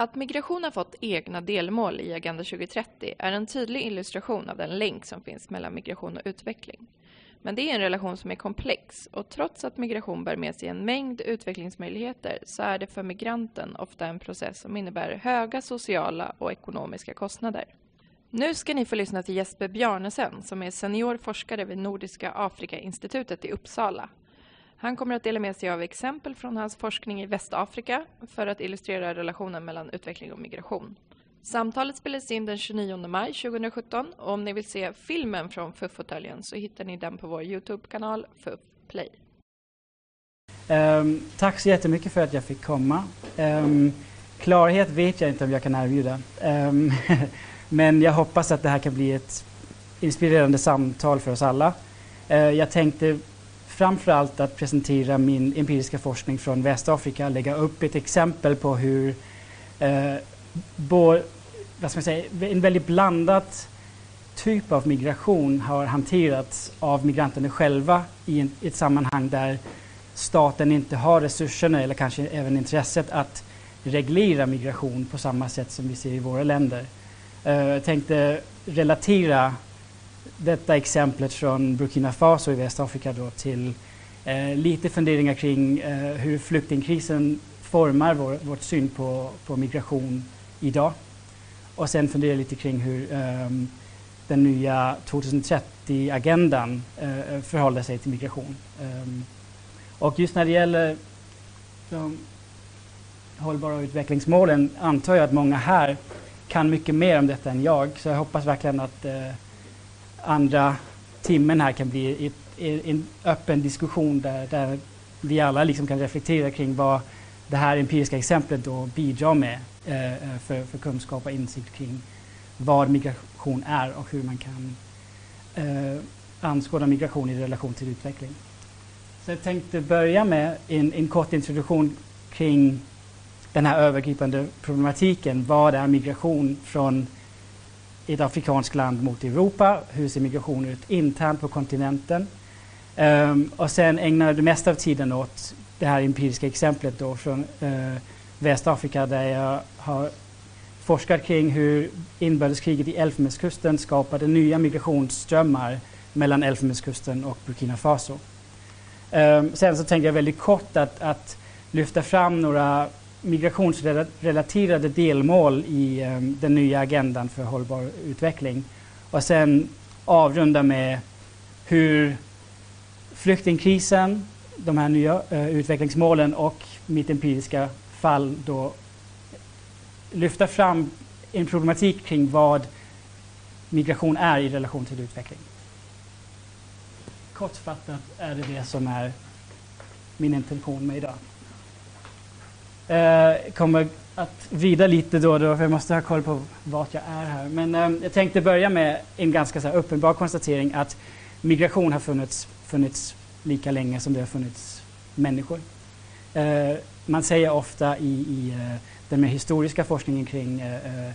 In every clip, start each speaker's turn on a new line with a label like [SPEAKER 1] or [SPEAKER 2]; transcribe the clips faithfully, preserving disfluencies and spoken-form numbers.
[SPEAKER 1] Att migration har fått egna delmål i Agenda tjugo trettio är en tydlig illustration av den länk som finns mellan migration och utveckling. Men det är en relation som är komplex, och trots att migration bär med sig en mängd utvecklingsmöjligheter så är det för migranten ofta en process som innebär höga sociala och ekonomiska kostnader. Nu ska ni få lyssna till Jesper Bjarnesen som är senior forskare vid Nordiska Afrika-institutet i Uppsala. Han kommer att dela med sig av exempel från hans forskning i Västafrika för att illustrera relationen mellan utveckling och migration. Samtalet spelades in den tjugonionde maj tjugohundrasjutton, och om ni vill se filmen från F U F-fåtöljen så hittar ni den på vår YouTube-kanal F U F Play.
[SPEAKER 2] Um, tack så jättemycket för att jag fick komma. Um, klarhet vet jag inte om jag kan erbjuda. Um, men jag hoppas att det här kan bli ett inspirerande samtal för oss alla. Uh, jag tänkte framförallt att presentera min empiriska forskning från Västafrika, lägga upp ett exempel på hur uh, bo, vad ska man säga, en väldigt blandad typ av migration har hanterats av migranterna själva i en, ett sammanhang där staten inte har resurserna eller kanske även intresset att reglera migration på samma sätt som vi ser i våra länder. Uh, jag tänkte relatera detta exemplet från Burkina Faso i Västafrika då till uh, lite funderingar kring uh, hur flyktingkrisen formar vår, vårt syn på, på migration idag. Och sen fundera lite kring hur um, den nya tjugohundratrettio-agendan uh, förhåller sig till migration. Um, och just när det gäller de hållbara utvecklingsmålen antar jag att många här kan mycket mer om detta än jag. Så jag hoppas verkligen att uh, andra timmen här kan bli ett, en öppen diskussion där, där vi alla liksom kan reflektera kring vad det här empiriska exemplet då bidrar med eh, för, för kunskap och insikt kring vad migration är och hur man kan eh, anskåda migration i relation till utveckling. Så jag tänkte börja med en, en kort introduktion kring den här övergripande problematiken. Vad är migration från ett afrikanskt land mot Europa? Hur ser migration ut internt på kontinenten? Um, och sen ägnar det mesta av tiden åt det här empiriska exemplet då från uh, Västafrika, där jag har forskat kring hur inbördeskriget i Elfenbenskusten skapade nya migrationsströmmar mellan Elfenbenskusten och Burkina Faso. Um, sen så tänkte jag väldigt kort att, att lyfta fram några migrationsrelaterade delmål i um, den nya agendan för hållbar utveckling, och sen avrunda med hur flyktingkrisen, de här nya uh, utvecklingsmålen och mitt empiriska fall då lyfta fram en problematik kring vad migration är i relation till utveckling. Kortfattat är det det som är min intention med idag. Jag uh, kommer att vrida lite då, då för jag måste ha koll på vart jag är här. Men um, jag tänkte börja med en ganska så här uppenbar konstatering att migration har funnits, funnits lika länge som det har funnits människor. Uh, man säger ofta i, i uh, den mer historiska forskningen kring uh,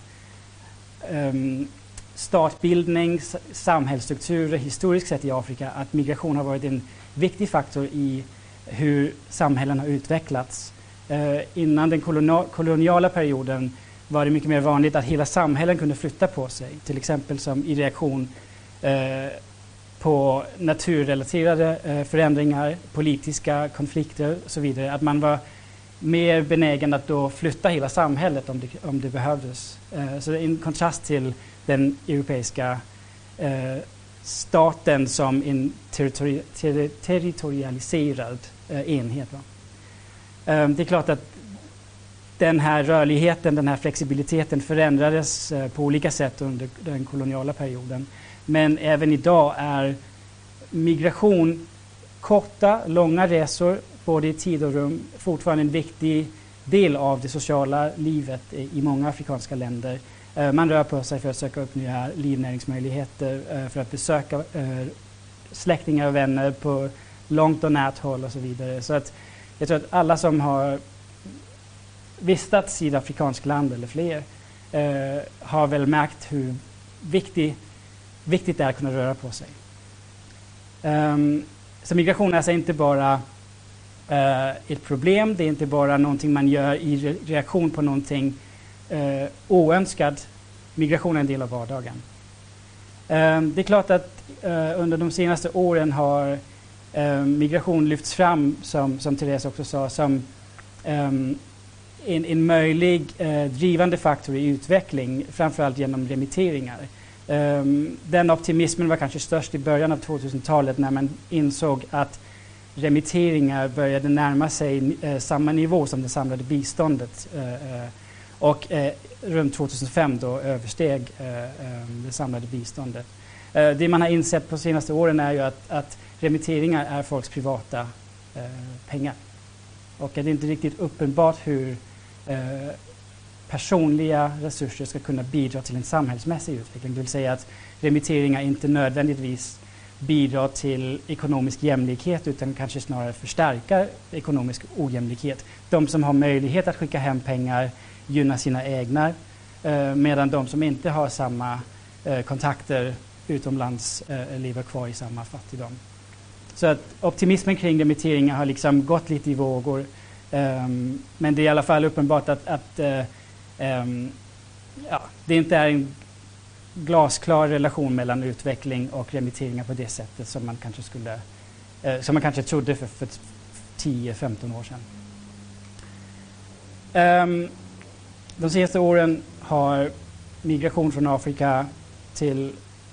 [SPEAKER 2] um, statsbildning, samhällsstrukturer historiskt sett i Afrika, att migration har varit en viktig faktor i hur samhällen har utvecklats. Uh, innan den kolonial, koloniala perioden var det mycket mer vanligt att hela samhällen kunde flytta på sig, till exempel som i reaktion uh, på naturrelaterade uh, förändringar, politiska konflikter och så vidare. Att man var mer benägen att då flytta hela samhället om det, om det behövdes. Uh, så det är en kontrast till den europeiska uh, staten som en territori- ter- territorialiserad uh, enhet. Va? Uh, det är klart att den här rörligheten, den här flexibiliteten förändrades uh, på olika sätt under den koloniala perioden. Men även idag är migration, korta, långa resor, både i tid och rum, fortfarande en viktig del av det sociala livet i många afrikanska länder. Man rör på sig för att söka upp nya livnäringsmöjligheter, för att besöka släktingar och vänner på långt och närt håll och så vidare. Så att jag tror att alla som har vistats i ett afrikanskt land eller fler har väl märkt hur viktig viktigt det är att kunna röra på sig. Um, så migration är alltså inte bara uh, ett problem, det är inte bara någonting man gör i re- reaktion på någonting eh, oönskad migration är en del av vardagen. Eh, det är klart att eh, under de senaste åren har eh, migration lyfts fram, som, som Therese också sa, som eh, en, en möjlig eh, drivande faktor i utveckling, framförallt genom remitteringar. Eh, den optimismen var kanske störst i början av tvåtusentalet när man insåg att remitteringar började närma sig eh, samma nivå som det samlade biståndet eh, och eh, runt tvåtusenfem då översteg eh, eh, det samlade biståndet. Eh, det man har insett på de senaste åren är ju att, att remitteringar är folks privata eh, pengar och att det inte är riktigt uppenbart hur eh, personliga resurser ska kunna bidra till en samhällsmässig utveckling. Det vill säga att remitteringar inte nödvändigtvis bidrar till ekonomisk jämlikhet utan kanske snarare förstärka ekonomisk ojämlikhet. De som har möjlighet att skicka hem pengar gynnar sina egna eh, medan de som inte har samma eh, kontakter utomlands eh, lever kvar i samma fattigdom. Så att optimismen kring remitteringar har liksom gått lite i vågor, eh, men det är i alla fall uppenbart att, att eh, eh, ja, det inte är en glasklar relation mellan utveckling och remitteringar på det sättet som man kanske skulle eh, som man kanske trodde för, för tio femton år sedan. Um, de senaste åren har migration från Afrika till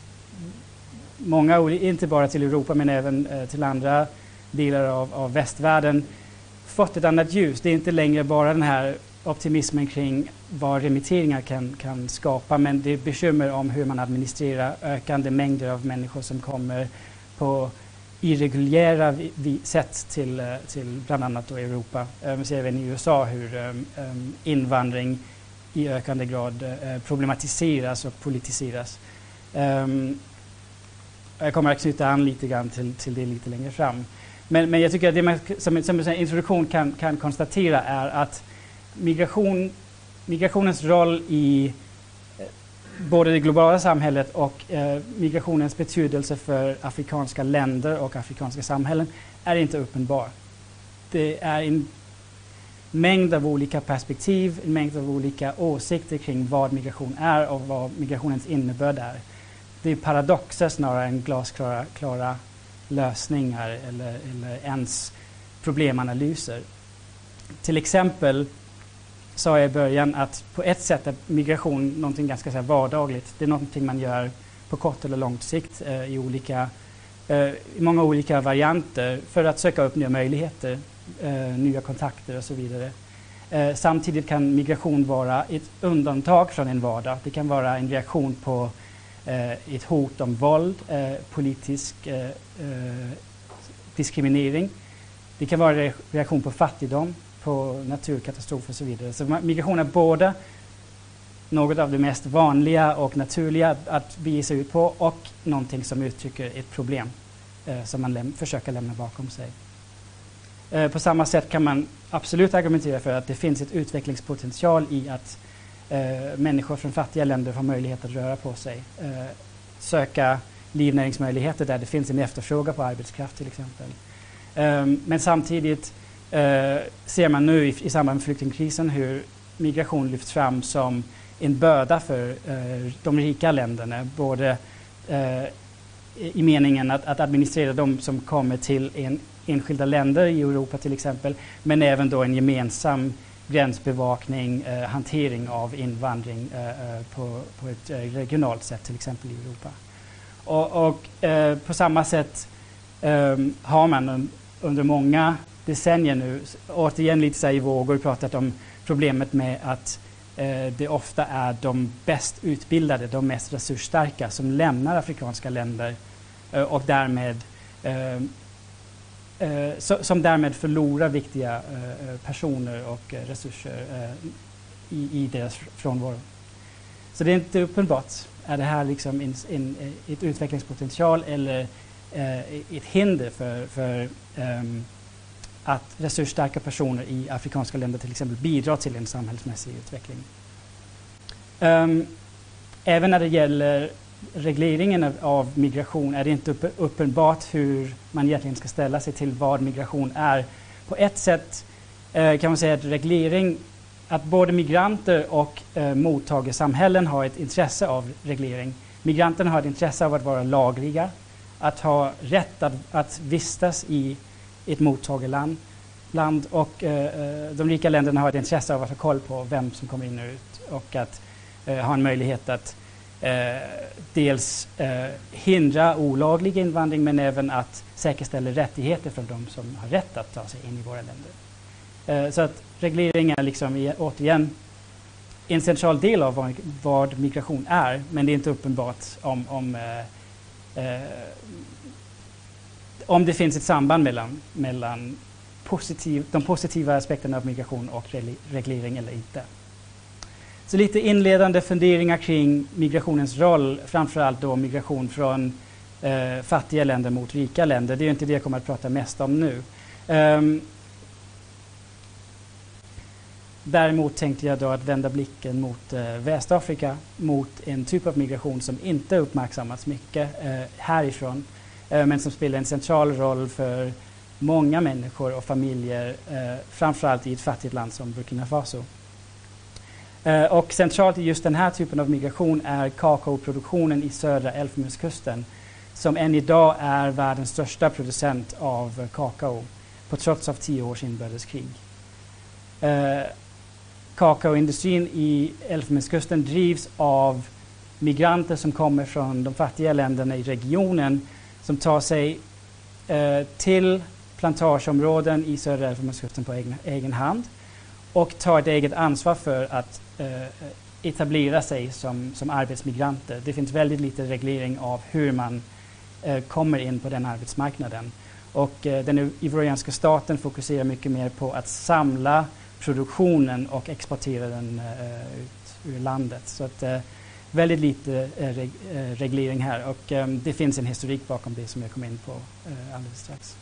[SPEAKER 2] många, inte bara till Europa men även eh, till andra delar av, av västvärlden fått ett annat ljus. Det är inte längre bara den här optimismen kring vad remitteringar kan, kan skapa, men det är bekymmer om hur man administrerar ökande mängder av människor som kommer på irreguljära vi, vi, sätt till, till bland annat då Europa. Vi ser även i U S A hur um, um, invandring i ökande grad uh, problematiseras och politiseras. Um, jag kommer att knyta an lite grann till, till det lite längre fram. Men, men jag tycker att det man som, som en introduktion kan, kan konstatera är att Migration, migrationens roll i eh, både det globala samhället och eh, migrationens betydelse för afrikanska länder och afrikanska samhällen är inte uppenbar. Det är en mängd av olika perspektiv, en mängd av olika åsikter kring vad migration är och vad migrationens innebörd är. Det är paradoxer snarare än glasklara klara lösningar eller, eller ens problemanalyser. Till exempel sa jag i början att på ett sätt är migration någonting ganska så här vardagligt. Det är någonting man gör på kort eller lång sikt eh, i, olika, eh, i många olika varianter för att söka upp nya möjligheter, eh, nya kontakter och så vidare. Eh, samtidigt kan migration vara ett undantag från en vardag. Det kan vara en reaktion på eh, ett hot om våld, eh, politisk eh, eh, diskriminering. Det kan vara en reaktion på fattigdom, på naturkatastrofer och så vidare. Så migration är både något av det mest vanliga och naturliga att bege sig ut på och någonting som uttrycker ett problem eh, som man läm- försöker lämna bakom sig. Eh, på samma sätt kan man absolut argumentera för att det finns ett utvecklingspotential i att eh, människor från fattiga länder har möjlighet att röra på sig. Eh, söka livnäringsmöjligheter där det finns en efterfrågan på arbetskraft till exempel. Eh, men samtidigt Uh, ser man nu i, i samband med flyktingkrisen hur migration lyfts fram som en börda för uh, de rika länderna, både uh, i meningen att, att administrera de som kommer till en, enskilda länder i Europa till exempel, men även då en gemensam gränsbevakning, uh, hantering av invandring uh, uh, på, på ett uh, regionalt sätt till exempel i Europa. Och, och uh, på samma sätt um, har man un, under många decennier nu, återigen lite så här i vågor, pratat om problemet med att eh, det ofta är de bäst utbildade, de mest resursstarka som lämnar afrikanska länder eh, och därmed eh, eh, so, som därmed förlorar viktiga eh, personer och eh, resurser eh, i, i deras frånvaro. Så det är inte uppenbart. Är det här liksom en, en, ett utvecklingspotential eller eh, ett hinder för, för um, att resursstarka personer i afrikanska länder till exempel bidrar till en samhällsmässig utveckling. Um, även när det gäller regleringen av, av migration är det inte upp, uppenbart hur man egentligen ska ställa sig till vad migration är. På ett sätt eh, kan man säga att reglering att både migranter och eh, mottagarsamhällen har ett intresse av reglering. Migranterna har ett intresse av att vara lagliga, att ha rätt att, att vistas i ett mottagarland. Land och eh, de rika länderna har ett intresse av att ha koll på vem som kommer in och ut och att eh, ha en möjlighet att eh, dels eh, hindra olaglig invandring men även att säkerställa rättigheter för de som har rätt att ta sig in i våra länder. Eh, så att reglering är liksom i, återigen en central del av vad, vad migration är, men det är inte uppenbart om, om, eh, eh, om det finns ett samband mellan, mellan positiv, de positiva aspekterna av migration och reglering eller inte. Så lite inledande funderingar kring migrationens roll, framförallt då migration från eh, fattiga länder mot rika länder. Det är inte det jag kommer att prata mest om nu. Um, däremot tänkte jag då att vända blicken mot eh, Västafrika, mot en typ av migration som inte uppmärksammats mycket eh, härifrån, eh, men som spelar en central roll för många människor och familjer, eh, framförallt i ett fattigt land som Burkina Faso. Eh, och centralt i just den här typen av migration är kakaoproduktionen i södra Elfenbenskusten, som än idag är världens största producent av kakao, på trots av tio års inbördeskrig. Eh, kakaoindustrin i Elfenbenskusten drivs av migranter som kommer från de fattiga länderna i regionen, som tar sig eh, till plantageområden i södra Elfenbenskusten på egen, egen hand och tar ett eget ansvar för att eh, etablera sig som, som arbetsmigranter. Det finns väldigt lite reglering av hur man eh, kommer in på den arbetsmarknaden. Och eh, den ivorianska staten fokuserar mycket mer på att samla produktionen och exportera den eh, ut ur landet. Så att eh, väldigt lite eh, reg, eh, reglering här, och eh, det finns en historik bakom det som jag kommer in på eh, alldeles strax.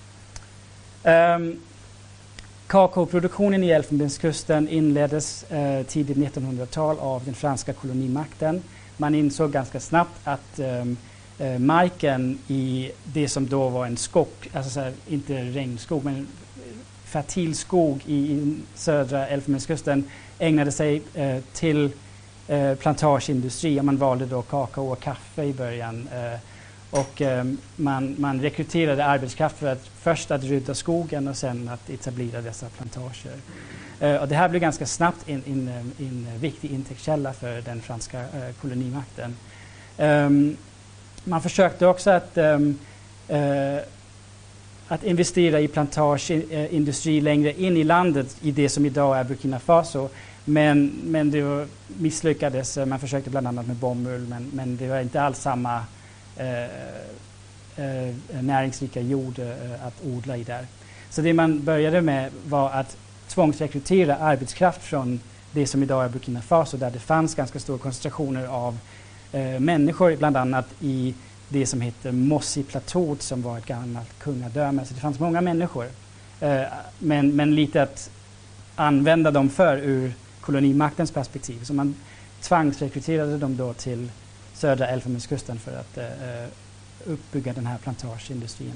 [SPEAKER 2] Um, Kakaoproduktionen i Elfenbenskusten inleddes eh, tidigt nittonhundratal av den franska kolonimakten. Man insåg ganska snabbt att um, eh, marken i det som då var en skog, alltså så här, inte regnskog men fertil skog i, i södra Elfenbenskusten, ägnade sig eh, till eh, plantageindustri. Man valde då kakao och kaffe i början. Eh, Och eh, man, man rekryterade arbetskraft för att först att rydda skogen och sen att etablera dessa plantager. Eh, och det här blev ganska snabbt en, en, en viktig intäktskälla för den franska eh, kolonimakten. Um, man försökte också att, um, uh, att investera i plantageindustri längre in i landet, i det som idag är Burkina Faso. Men, men det var, misslyckades. Man försökte bland annat med bomull, men, men det var inte alls samma Eh, eh, näringsrika jord eh, att odla i där. Så det man började med var att tvångsrekrytera arbetskraft från det som idag är Burkina Faso, där det fanns ganska stora koncentrationer av eh, människor, bland annat i det som heter Mossi-platået, som var ett gammalt kungadöme. Så det fanns många människor, eh, men, men lite att använda dem för ur kolonimaktens perspektiv. Så man tvangsrekryterade dem då till södra Elfenbenskusten för att uh, uppbygga den här plantageindustrin.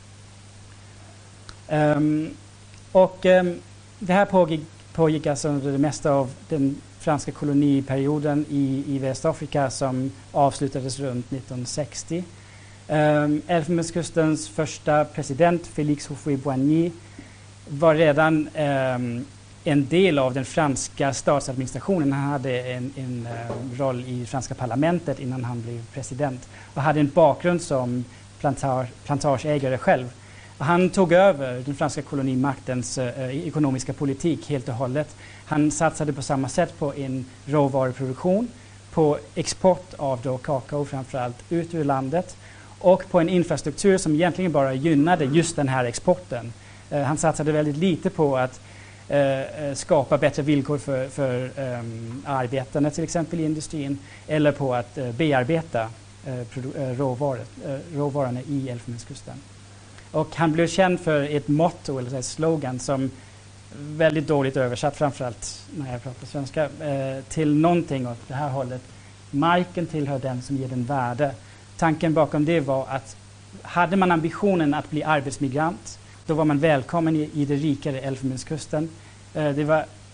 [SPEAKER 2] Um, och um, det här pågick, pågick alltså under det mesta av den franska koloniperioden i, i Västafrika, som avslutades runt nittonhundrasextio. Um, Elfenbenskustens första president, Félix Houphouët-Boigny, var redan um, en del av den franska statsadministrationen. Han hade en, en uh, roll i franska parlamentet innan han blev president och hade en bakgrund som plantage, plantageägare själv. Och han tog över den franska kolonimaktens uh, ekonomiska politik helt och hållet. Han satsade på samma sätt på en råvaruproduktion, på export av då kakao framförallt ut ur landet, och på en infrastruktur som egentligen bara gynnade just den här exporten. Uh, han satsade väldigt lite på att Uh, skapa bättre villkor för, för um, arbetarna till exempel i industrin, eller på att uh, bearbeta uh, produ- uh, råvaror, uh, råvarorna i Elfenbenskusten. Och han blev känd för ett motto, eller ett slogan, som väldigt dåligt översatt, framförallt när jag pratar svenska, uh, till någonting åt det här hållet. Marken tillhör den som ger den värde. Tanken bakom det var att hade man ambitionen att bli arbetsmigrant, då var man välkommen i, i det rikare Elfenbenskusten. Eh, det var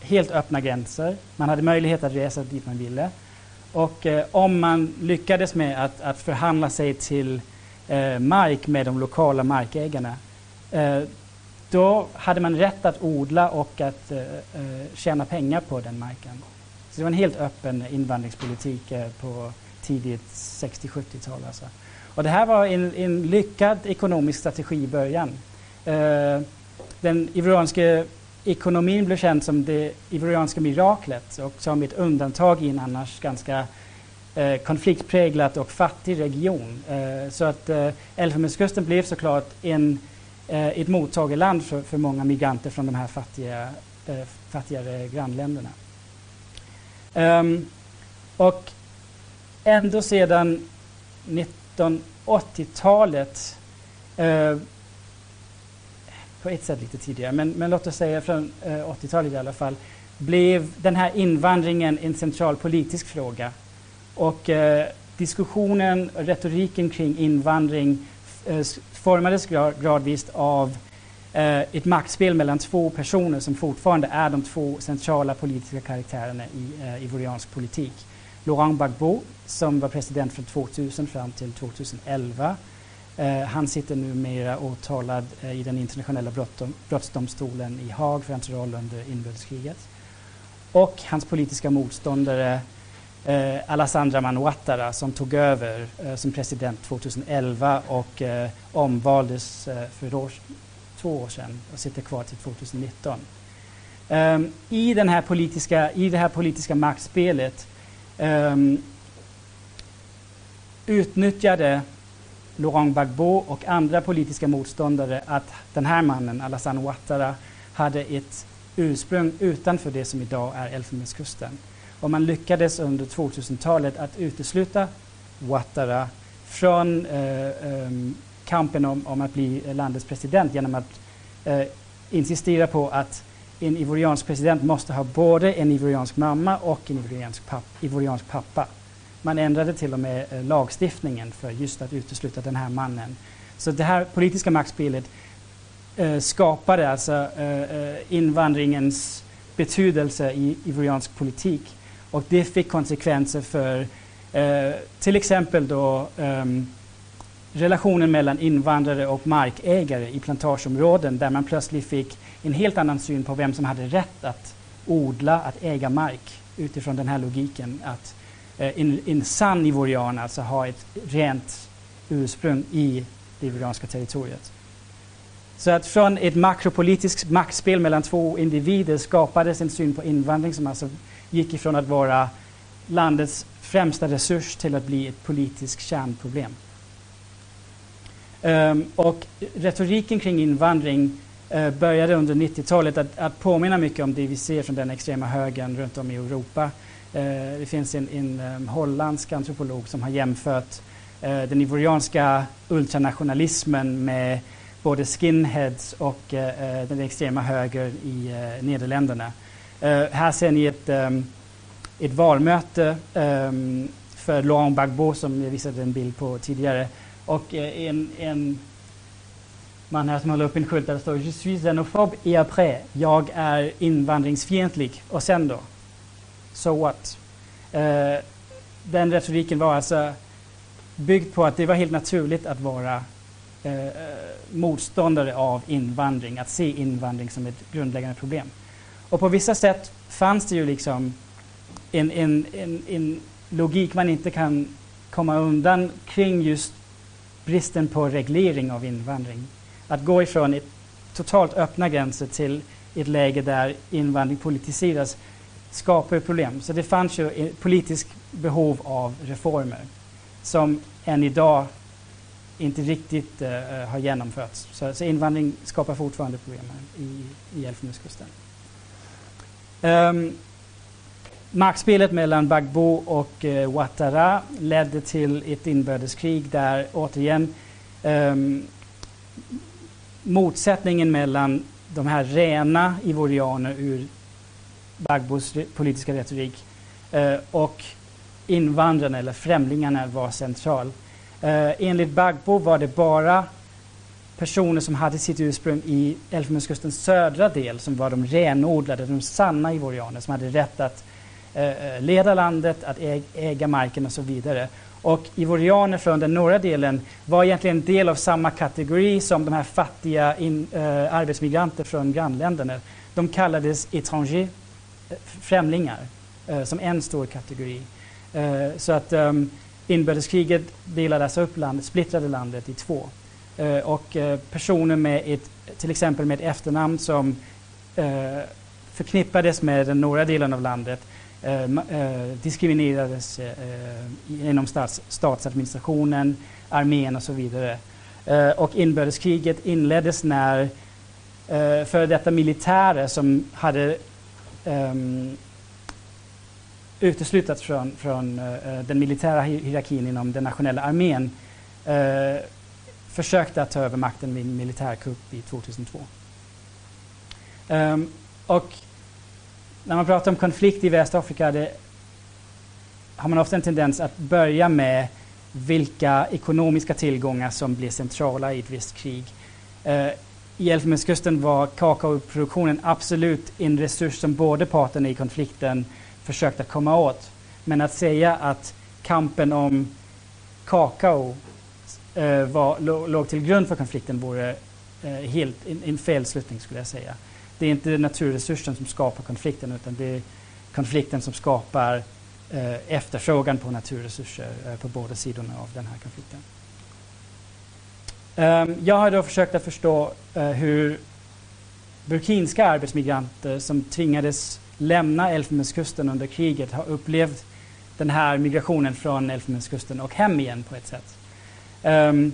[SPEAKER 2] helt öppna gränser. Man hade möjlighet att resa dit man ville. Och eh, om man lyckades med att, att förhandla sig till eh, mark med de lokala markägarna, eh, då hade man rätt att odla och att eh, tjäna pengar på den marken. Så det var en helt öppen invandringspolitik eh, på tidigt sextio-sjuttiotal. Alltså. Och det här var en, en lyckad ekonomisk strategi i början. Eh, den ivorianska ekonomin blev känd som det ivorianska miraklet och som ett undantag i en annars ganska eh, konfliktpräglad och fattig region. Eh, så att eh, Elfenbenskusten blev såklart en, eh, ett mottagarland för, för många migranter från de här fattiga, eh, fattigare grannländerna. Um, och ändå sedan nittonhundraåttiotalet, eh, på ett sätt lite tidigare, men, men låt oss säga från eh, åttiotalet i alla fall, blev den här invandringen en central politisk fråga. Och eh, diskussionen och retoriken kring invandring eh, formades gradvis av eh, ett maktspel mellan två personer som fortfarande är de två centrala politiska karaktärerna i eh, ivoriansk politik. Laurent Gbagbo, som var president från tvåtusen fram till tjugoelva. Uh, han sitter numera åtalad uh, i den internationella brottom, brottsdomstolen i Haag för hans roll under inbördeskriget. Och hans politiska motståndare uh, Alassane Ouattara, som tog över uh, som president tjugoelva och uh, omvaldes uh, för år, två år sedan och sitter kvar till tjugonitton. Um, i, den här politiska, I det här politiska maktspelet um, utnyttjade Laurent Gbagbo och andra politiska motståndare att den här mannen, Alassane Ouattara, hade ett ursprung utanför det som idag är Elfenbenskusten. Och man lyckades under tvåtusentalet att utesluta Ouattara från eh, eh, kampen om, om att bli landets president genom att eh, insistera på att en ivoriansk president måste ha både en ivoriansk mamma och en ivoriansk, papp, ivoriansk pappa. Man ändrade till och med eh, lagstiftningen för just att utesluta den här mannen. Så det här politiska maktspelet eh, skapade alltså eh, invandringens betydelse i ivoriansk politik. Och det fick konsekvenser för eh, till exempel då eh, relationen mellan invandrare och markägare i plantageområden, där man plötsligt fick en helt annan syn på vem som hade rätt att odla, att äga mark utifrån den här logiken att En, en sann ivorian alltså har ett rent ursprung i det ivorianska territoriet. Så att från ett makropolitiskt maktspel mellan två individer skapades en syn på invandring som alltså gick ifrån att vara landets främsta resurs till att bli ett politiskt kärnproblem. Um, och retoriken kring invandring uh, började under nittiotalet att, att påminna mycket om det vi ser från den extrema högern runt om i Europa. Uh, det finns en, en um, holländsk antropolog som har jämfört uh, den ivorianska ultranationalismen med både skinheads och uh, den extrema högern i uh, Nederländerna. Uh, här ser ni ett, um, ett valmöte um, för Laurent Gbagbo som jag visade en bild på tidigare. Och uh, en, en man här som håller upp en skylt där det står Je suis xenofob et après. Jag är invandringsfientlig. Och sen då? So what? Uh, den retoriken var alltså byggd på att det var helt naturligt att vara uh, motståndare av invandring, att se invandring som ett grundläggande problem. Och på vissa sätt fanns det ju liksom en, en, en, en logik man inte kan komma undan kring just bristen på reglering av invandring. Att gå ifrån ett totalt öppna gränser till ett läge där invandring politiseras skapar problem. Så det fanns ju ett politiskt behov av reformer som än idag inte riktigt uh, har genomförts. Så, så invandring skapar fortfarande problem i, i Elfenbenskusten. Um, Maktspelet mellan Gbagbo och uh, Ouattara ledde till ett inbördeskrig där återigen um, motsättningen mellan de här rena ivorianer ur Gbagbos politiska retorik uh, och invandrarna eller främlingarna var central. Uh, enligt Gbagbo var det bara personer som hade sitt ursprung i Elfenbenskustens södra del, som var de renodlade, de sanna ivorianer som hade rätt att eh, leda landet, att äg, äga marken och så vidare. Och ivorianer från den norra delen var egentligen en del av samma kategori som de här fattiga in, eh, arbetsmigranter från grannländerna. De kallades étrangers, främlingar, eh, som en stor kategori. Eh, så att um, inbördeskriget delade alltså upp landet, splittrade landet i två. Uh, och uh, personer med ett, till exempel med ett efternamn som uh, förknippades med den norra delen av landet uh, uh, diskriminerades uh, inom stats, statsadministrationen, armén och så vidare. Uh, och inbördeskriget inleddes när uh, för detta militärer som hade um, uteslutats från, från uh, den militära hierarkin inom den nationella armén uh, försökte att ta över makten vid en militärkupp i tvåtusentvå. Um, och när man pratar om konflikt i Västafrika det, har man ofta en tendens att börja med vilka ekonomiska tillgångar som blir centrala i ett visst krig. Uh, I Elfenbenskusten var kakaoproduktionen absolut en resurs som båda parterna i konflikten försökte komma åt. Men att säga att kampen om kakao Uh, var, låg, låg till grund för konflikten vore uh, helt en, en felslutning skulle jag säga. Det är inte naturresursen som skapar konflikten utan det är konflikten som skapar uh, efterfrågan på naturresurser uh, på båda sidorna av den här konflikten. Um, jag har då försökt att förstå uh, hur burkinska arbetsmigranter som tvingades lämna Elfenbenskusten under kriget har upplevt den här migrationen från Elfenbenskusten och hem igen på ett sätt. Um,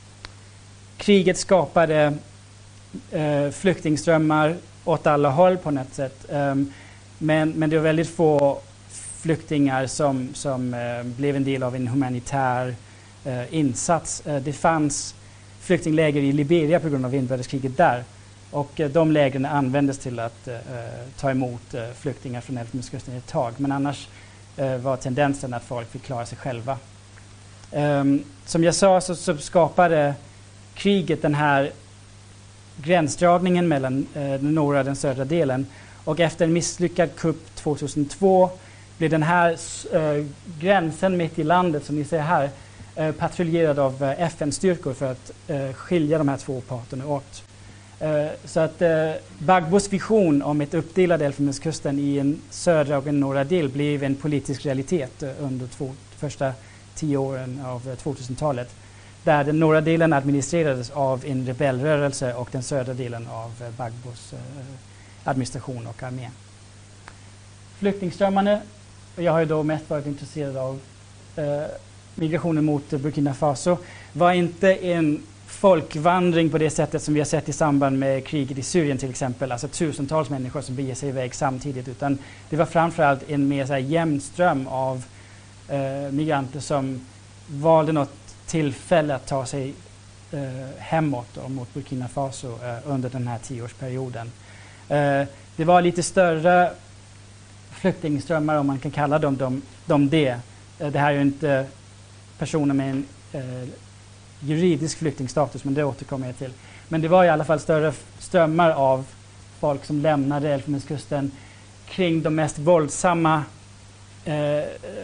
[SPEAKER 2] kriget skapade uh, flyktingströmmar åt alla håll på något sätt. Um, men, men det var väldigt få flyktingar som, som uh, blev en del av en humanitär uh, insats. Uh, det fanns flyktingläger i Liberia på grund av inbördeskriget där. Och uh, de lägren användes till att uh, ta emot uh, flyktingar från Elfenbenskusten ett tag. Men annars uh, var tendensen att folk fick klara sig själva. Um, som jag sa så, så skapade kriget den här gränsdragningen mellan uh, den norra och den södra delen. Och efter en misslyckad kupp tvåtusentvå blev den här uh, gränsen mitt i landet som ni ser här uh, patrullerad av uh, F N-styrkor för att uh, skilja de här två parterna åt. Uh, så att uh, Gbagbos vision om ett uppdelad Elfenbenskusten i en södra och en norra del blev en politisk realitet uh, under två första tio åren av tvåtusentalet, där den norra delen administrerades av en rebellrörelse och den södra delen av Gbagbos eh, administration och armé. Flyktingströmmarna, jag har ju då mest varit intresserad av eh, migrationen mot Burkina Faso, var inte en folkvandring på det sättet som vi har sett i samband med kriget i Syrien till exempel, alltså tusentals människor som beger sig iväg samtidigt, utan det var framförallt en mer så här jämn ström av Uh, migranter som valde något tillfälle att ta sig uh, hemåt och mot Burkina Faso uh, under den här tioårsperioden. Uh, det var lite större flyktingströmmar om man kan kalla dem, dem, dem det. Uh, det här är ju inte personer med en uh, juridisk flyktingstatus, men det återkommer jag till. Men det var i alla fall större strömmar av folk som lämnade Elfenbenskusten kring de mest våldsamma uh,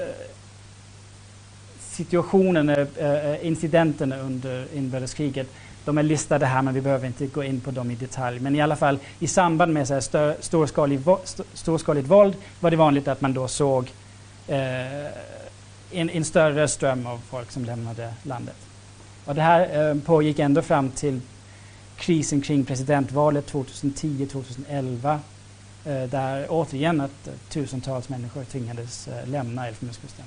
[SPEAKER 2] situationen, äh, incidenterna under inbördeskriget. De är listade här men vi behöver inte gå in på dem i detalj. Men i alla fall i samband med så här stör, storskalig, st storskaligt våld var det vanligt att man då såg eh, en, en större ström av folk som lämnade landet. Och det här eh, pågick ändå fram till krisen kring presidentvalet tjugohundratio tjugoelva eh, där återigen att eh, tusentals människor tvingades eh, lämna Elfenbenskusten.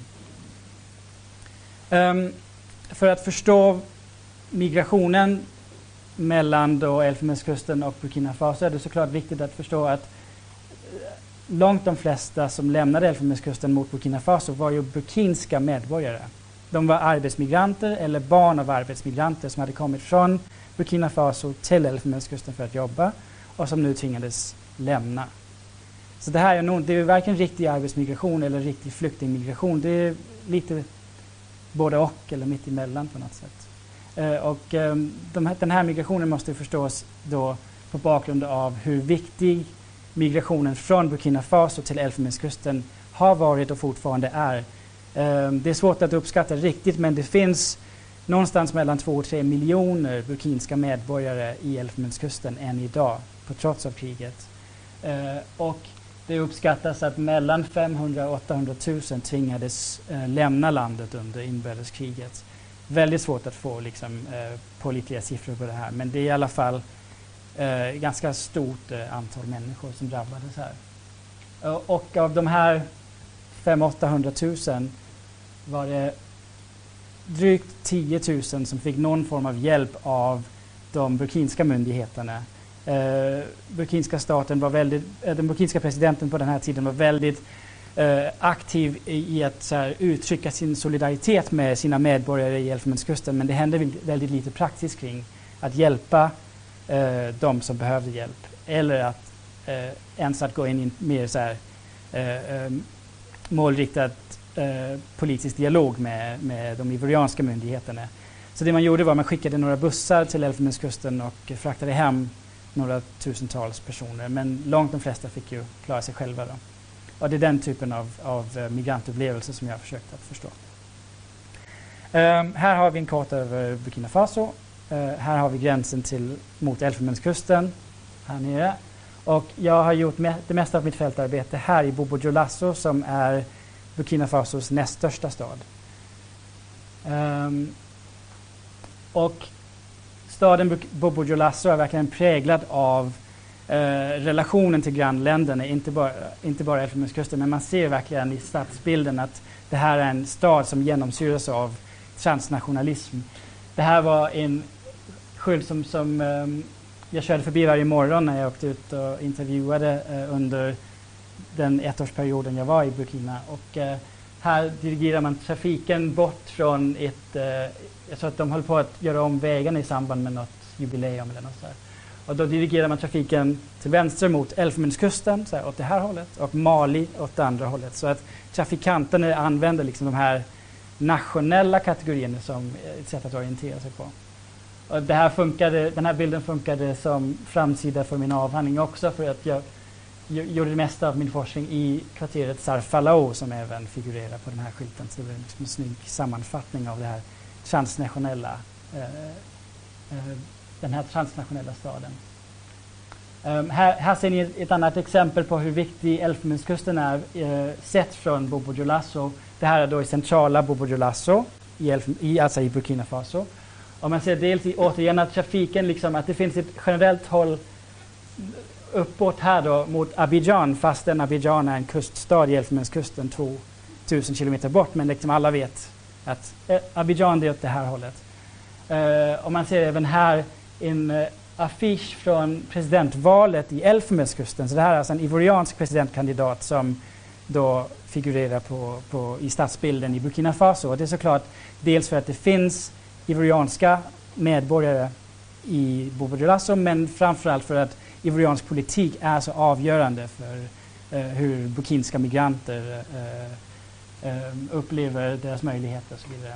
[SPEAKER 2] Um, för att förstå migrationen mellan då Elfenbenskusten och Burkina Faso är det såklart viktigt att förstå att långt de flesta som lämnade Elfenbenskusten mot Burkina Faso var ju burkinska medborgare. De var arbetsmigranter eller barn av arbetsmigranter som hade kommit från Burkina Faso till Elfenbenskusten för att jobba och som nu tvingades lämna. Så det här är nog, det är varken riktig arbetsmigration eller riktig flyktingmigration. Det är lite både och eller mitt emellan på något sätt. Eh, och eh, de här, den här migrationen måste förstås då på bakgrund av hur viktig migrationen från Burkina Faso till Elfenbenskusten har varit och fortfarande är. Eh, det är svårt att uppskatta riktigt, men det finns någonstans mellan två och tre miljoner burkinska medborgare i Elfenbenskusten än idag, på trots av kriget. Eh, och det uppskattas att mellan femhundra och åttahundratusen tvingades eh, lämna landet under inbördeskriget. Väldigt svårt att få liksom, eh, pålitliga siffror på det här, men det är i alla fall eh, ganska stort eh, antal människor som drabbades här. Uh, och av de här femhundra till åttahundratusen var det drygt tio tusen som fick någon form av hjälp av de burkinska myndigheterna. Uh, burkinska staten var väldigt, uh, den burkinska presidenten på den här tiden var väldigt uh, aktiv i, i att så här, uttrycka sin solidaritet med sina medborgare i Elfenbenskusten, men det hände väldigt lite praktiskt kring att hjälpa uh, de som behövde hjälp, eller att uh, ens att gå in i en mer så här, uh, um, målriktad uh, politisk dialog med, med de ivorianska myndigheterna. Så det man gjorde var att man skickade några bussar till Elfenbenskusten och fraktade hem några tusentals personer, men långt de flesta fick ju klara sig själva då. Och det är den typen av, av migrantupplevelser som jag har försökt att förstå. Um, här har vi en karta över Burkina Faso. Uh, här har vi gränsen till, mot Elfenbenskusten här nere. Och jag har gjort me- det mesta av mitt fältarbete här i Bobo Dioulasso, som är Burkina Fasos näst största stad. Um, och staden Bobo Dioulasso är verkligen präglad av eh, relationen till grannländerna, inte bara, inte bara Elfenbenskusten, men man ser verkligen i stadsbilden att det här är en stad som genomsyras av transnationalism. Det här var en skylt som, som eh, jag körde förbi varje morgon när jag åkte ut och intervjuade eh, under den ettårsperioden jag var i Burkina. Och eh, här dirigerar man trafiken bort från ett... Eh, jag tror att de håller på att göra om vägarna i samband med något jubileum eller något så här. Och då dirigerar man trafiken till vänster mot Elfenbenskusten, så här, åt det här hållet, och Mali åt det andra hållet. Så att trafikanterna använder liksom de här nationella kategorierna som ett sätt att orientera sig på. Och det här funkade, den här bilden funkade som framsida för min avhandling också, för att jag gjorde det mesta av min forskning i kvarteret Sarfalao, som även figurerar på den här skylten. Så det var liksom en snygg sammanfattning av det här transnationella, eh, eh, den här transnationella staden. Um, här, här ser ni ett, ett annat exempel på hur viktig Elfenbenskusten är eh, sett från Bobo Dioulasso. Det här är då i centrala Bobo Dioulasso, i, Elfen, i, alltså i Burkina Faso. Och man ser dels i, återigen att trafiken, liksom, att det finns ett generellt håll uppåt här då mot Abidjan, fastän Abidjan är en kuststad i Elfenbenskusten två tusen kilometer bort, men liksom alla vet att eh, Abidjan det är åt det här hållet. Uh, och man ser även här en uh, affisch från presidentvalet i Elfenbenskusten. Så det här är alltså en ivoriansk presidentkandidat som då figurerar på, på, i stadsbilden i Burkina Faso. Och det är såklart dels för att det finns ivorianska medborgare i Bobo Dioulasso, men framförallt för att ivoriansk politik är så avgörande för uh, hur burkinska migranter uh, uh, upplever deras möjligheter och så vidare.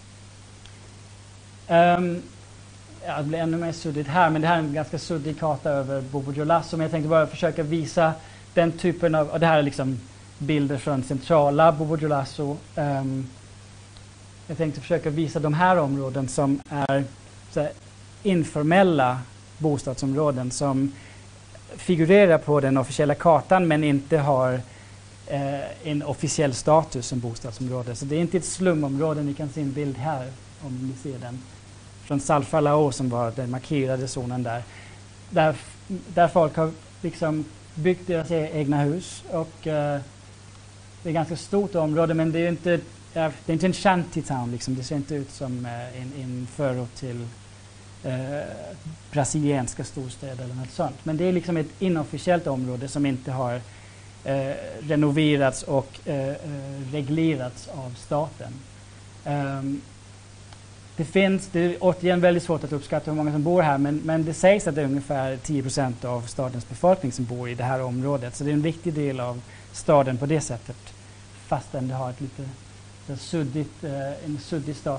[SPEAKER 2] Um, ja, det blir ännu mer suddigt här, men det här är en ganska suddig karta över Bobo Dioulasso, men jag tänkte bara försöka visa den typen av, och det här är liksom bilder från centrala Bobo Dioulasso. Um, jag tänkte försöka visa de här områden som är så här, informella bostadsområden som figurerar på den officiella kartan men inte har eh, en officiell status som bostadsområde. Så det är inte ett slumområde, ni kan se en bild här om ni ser den. Från Salfalao som var den markerade zonen där. Där, där folk har liksom byggt deras egna hus. Och eh, det är ett ganska stort område, men det är inte, eh, det är inte en shantytown. Liksom. Det ser inte ut som eh, en, en förort till eh, brasilianska storstäder eller något sånt. Men det är liksom ett inofficiellt område som inte har eh, renoverats och eh, reglerats av staten. Um, Det finns, det är återigen väldigt svårt att uppskatta hur många som bor här, men, men det sägs att det är ungefär tio procent av stadens befolkning som bor i det här området. Så det är en viktig del av staden på det sättet, fastän det har ett lite suddigt, eh, en suddig status.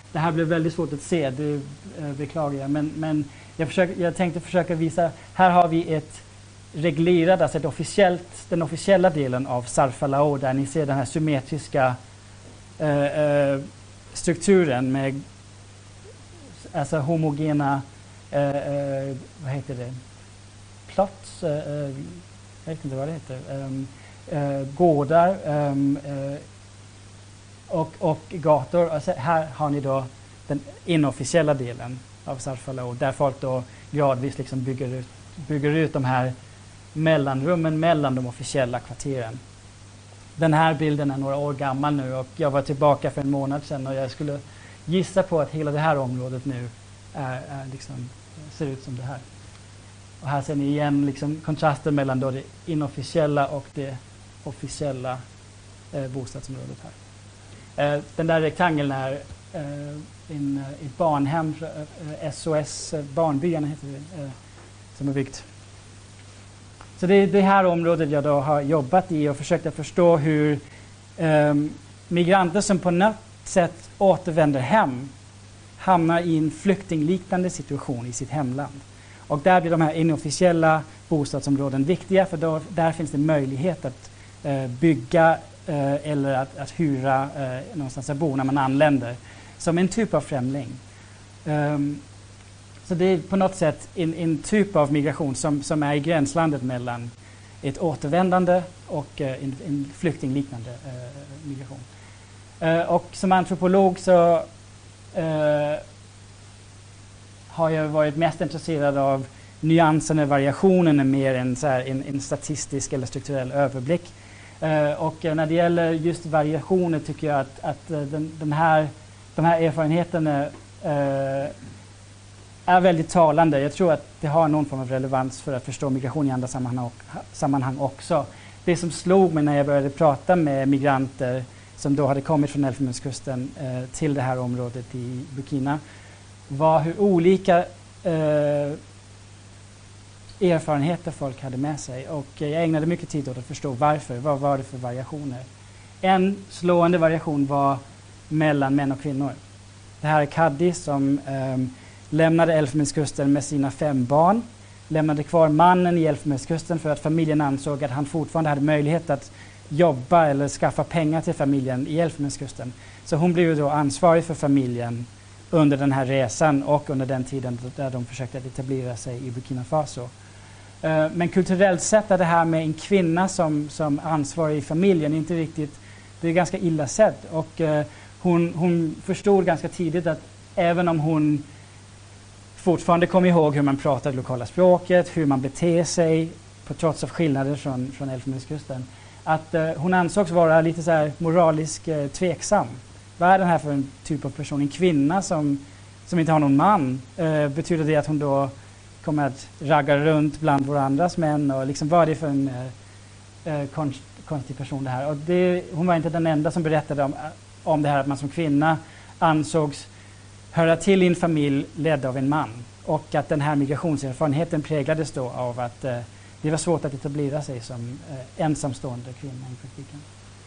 [SPEAKER 2] det här blev väldigt svårt att se, det eh, beklagar jag. Men, men jag, försöker, jag tänkte försöka visa, här har vi ett reglerat, alltså ett officiellt, den officiella delen av Sarfalao, där ni ser den här symmetriska eh, eh, strukturen med alltså homogena eh, eh, vad heter det? Plots, eh, eh, jag vet inte vad det heter. Um, eh, gårdar um, eh, och, och gator. Alltså här har ni då den inofficiella delen av Sarfalao, där folk då gradvis liksom bygger ut, bygger ut de här mellanrummen mellan de officiella kvarteren. Den här bilden är några år gammal nu och jag var tillbaka för en månad sedan och jag skulle gissa på att hela det här området nu är, är liksom, ser ut som det här. Och här ser ni igen liksom kontrasten mellan då det inofficiella och det officiella eh, bostadsområdet här. Eh, den där rektangeln är eh, in, uh, ett barnhem, uh, S O S, uh, barnbyarna heter det, uh, som är byggt. Så det är det här området jag då har jobbat i och försökt att förstå hur um, migranter som på något sätt återvänder hem hamnar i en flyktingliknande situation i sitt hemland. Och där blir de här inofficiella bostadsområden viktiga, för då, där finns det möjlighet att uh, bygga uh, eller att, att hyra uh, någonstans att bo när man anländer. Som en typ av främling. Um, så det är på något sätt en, en typ av migration som, som är i gränslandet mellan ett återvändande och uh, en, en flyktingliknande uh, migration. Uh, och som antropolog så uh, har jag varit mest intresserad av nyanserna, variationerna mer än så här, en, en statistisk eller strukturell överblick. Uh, och uh, när det gäller just variationer tycker jag att, att uh, den, den här De här erfarenheterna eh, är väldigt talande. Jag tror att det har någon form av relevans för att förstå migration i andra sammanhang, sammanhang också. Det som slog mig när jag började prata med migranter som då hade kommit från Elfenbenskusten eh, till det här området i Burkina var hur olika eh, erfarenheter folk hade med sig. Och jag ägnade mycket tid åt att förstå varför. Vad var det för variationer? En slående variation var mellan män och kvinnor. Det här är Kaddi som um, lämnade Elfenbenskusten med sina fem barn. Lämnade kvar mannen i Elfenbenskusten för att familjen ansåg att han fortfarande hade möjlighet att jobba eller skaffa pengar till familjen i Elfenbenskusten. Så hon blev då ansvarig för familjen under den här resan och under den tiden där de försökte etablera sig i Burkina Faso. Uh, men kulturellt sett är det här med en kvinna som, som ansvarig i familjen inte riktigt, det är ganska illa sett. Och uh, Hon, hon förstod ganska tidigt att även om hon fortfarande kom ihåg hur man pratar det lokala språket, hur man beter sig på trots av skillnader från, från Elfenbenskusten, att uh, hon ansågs vara lite så här moralisk uh, tveksam. Vad är den här för en typ av person? En kvinna som, som inte har någon man. Uh, betyder det att hon då kommer att ragga runt bland våra andras män? Och liksom, vad är det för en uh, uh, konst, konstig person det här? Och det, hon var inte den enda som berättade om om det här att man som kvinna ansågs höra till i en familj ledd av en man. Och att den här migrationserfarenheten präglades då av att eh, det var svårt att etablera sig som eh, ensamstående kvinna i praktiken.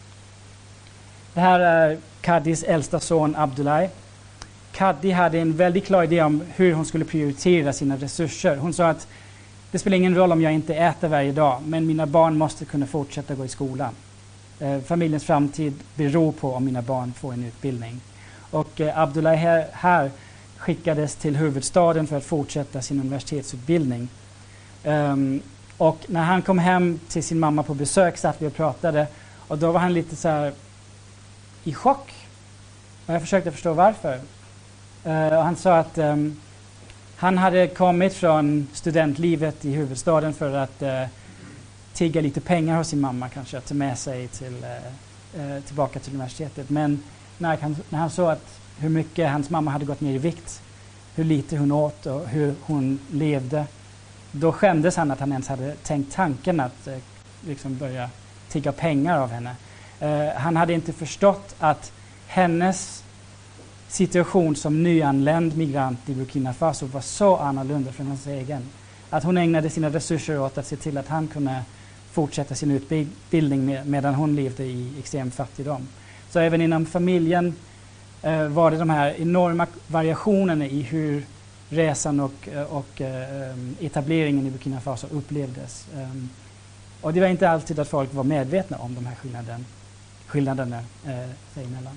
[SPEAKER 2] Det här är Kaddis äldsta son Abdullahi. Kaddi hade en väldigt klar idé om hur hon skulle prioritera sina resurser. Hon sa att det spelar ingen roll om jag inte äter varje dag, men mina barn måste kunna fortsätta gå i skolan. Eh, familjens framtid beror på om mina barn får en utbildning. Och eh, Abdullahi här, här skickades till huvudstaden för att fortsätta sin universitetsutbildning. Um, och när han kom hem till sin mamma på besök satt vi och pratade. Och då var han lite så här i chock. Och jag försökte förstå varför. Uh, och han sa att um, han hade kommit från studentlivet i huvudstaden för att uh, tigga lite pengar hos sin mamma, kanske att ta med sig till, uh, uh, tillbaka till universitetet. Men när han, när han såg att hur mycket hans mamma hade gått ner i vikt, hur lite hon åt och hur hon levde, då skämdes han att han ens hade tänkt tanken att uh, liksom börja tigga pengar av henne. Uh, han hade inte förstått att hennes situation som nyanländ migrant i Burkina Faso var så annorlunda från hans egen. Att hon ägnade sina resurser åt att se till att han kunde fortsätta sin utbildning med, medan hon levde i extrem fattigdom. Så även inom familjen eh, var det de här enorma variationerna i hur resan och, och eh, etableringen i Burkina Faso upplevdes. Um, och det var inte alltid att folk var medvetna om de här skillnaden, skillnaderna eh, sig emellan.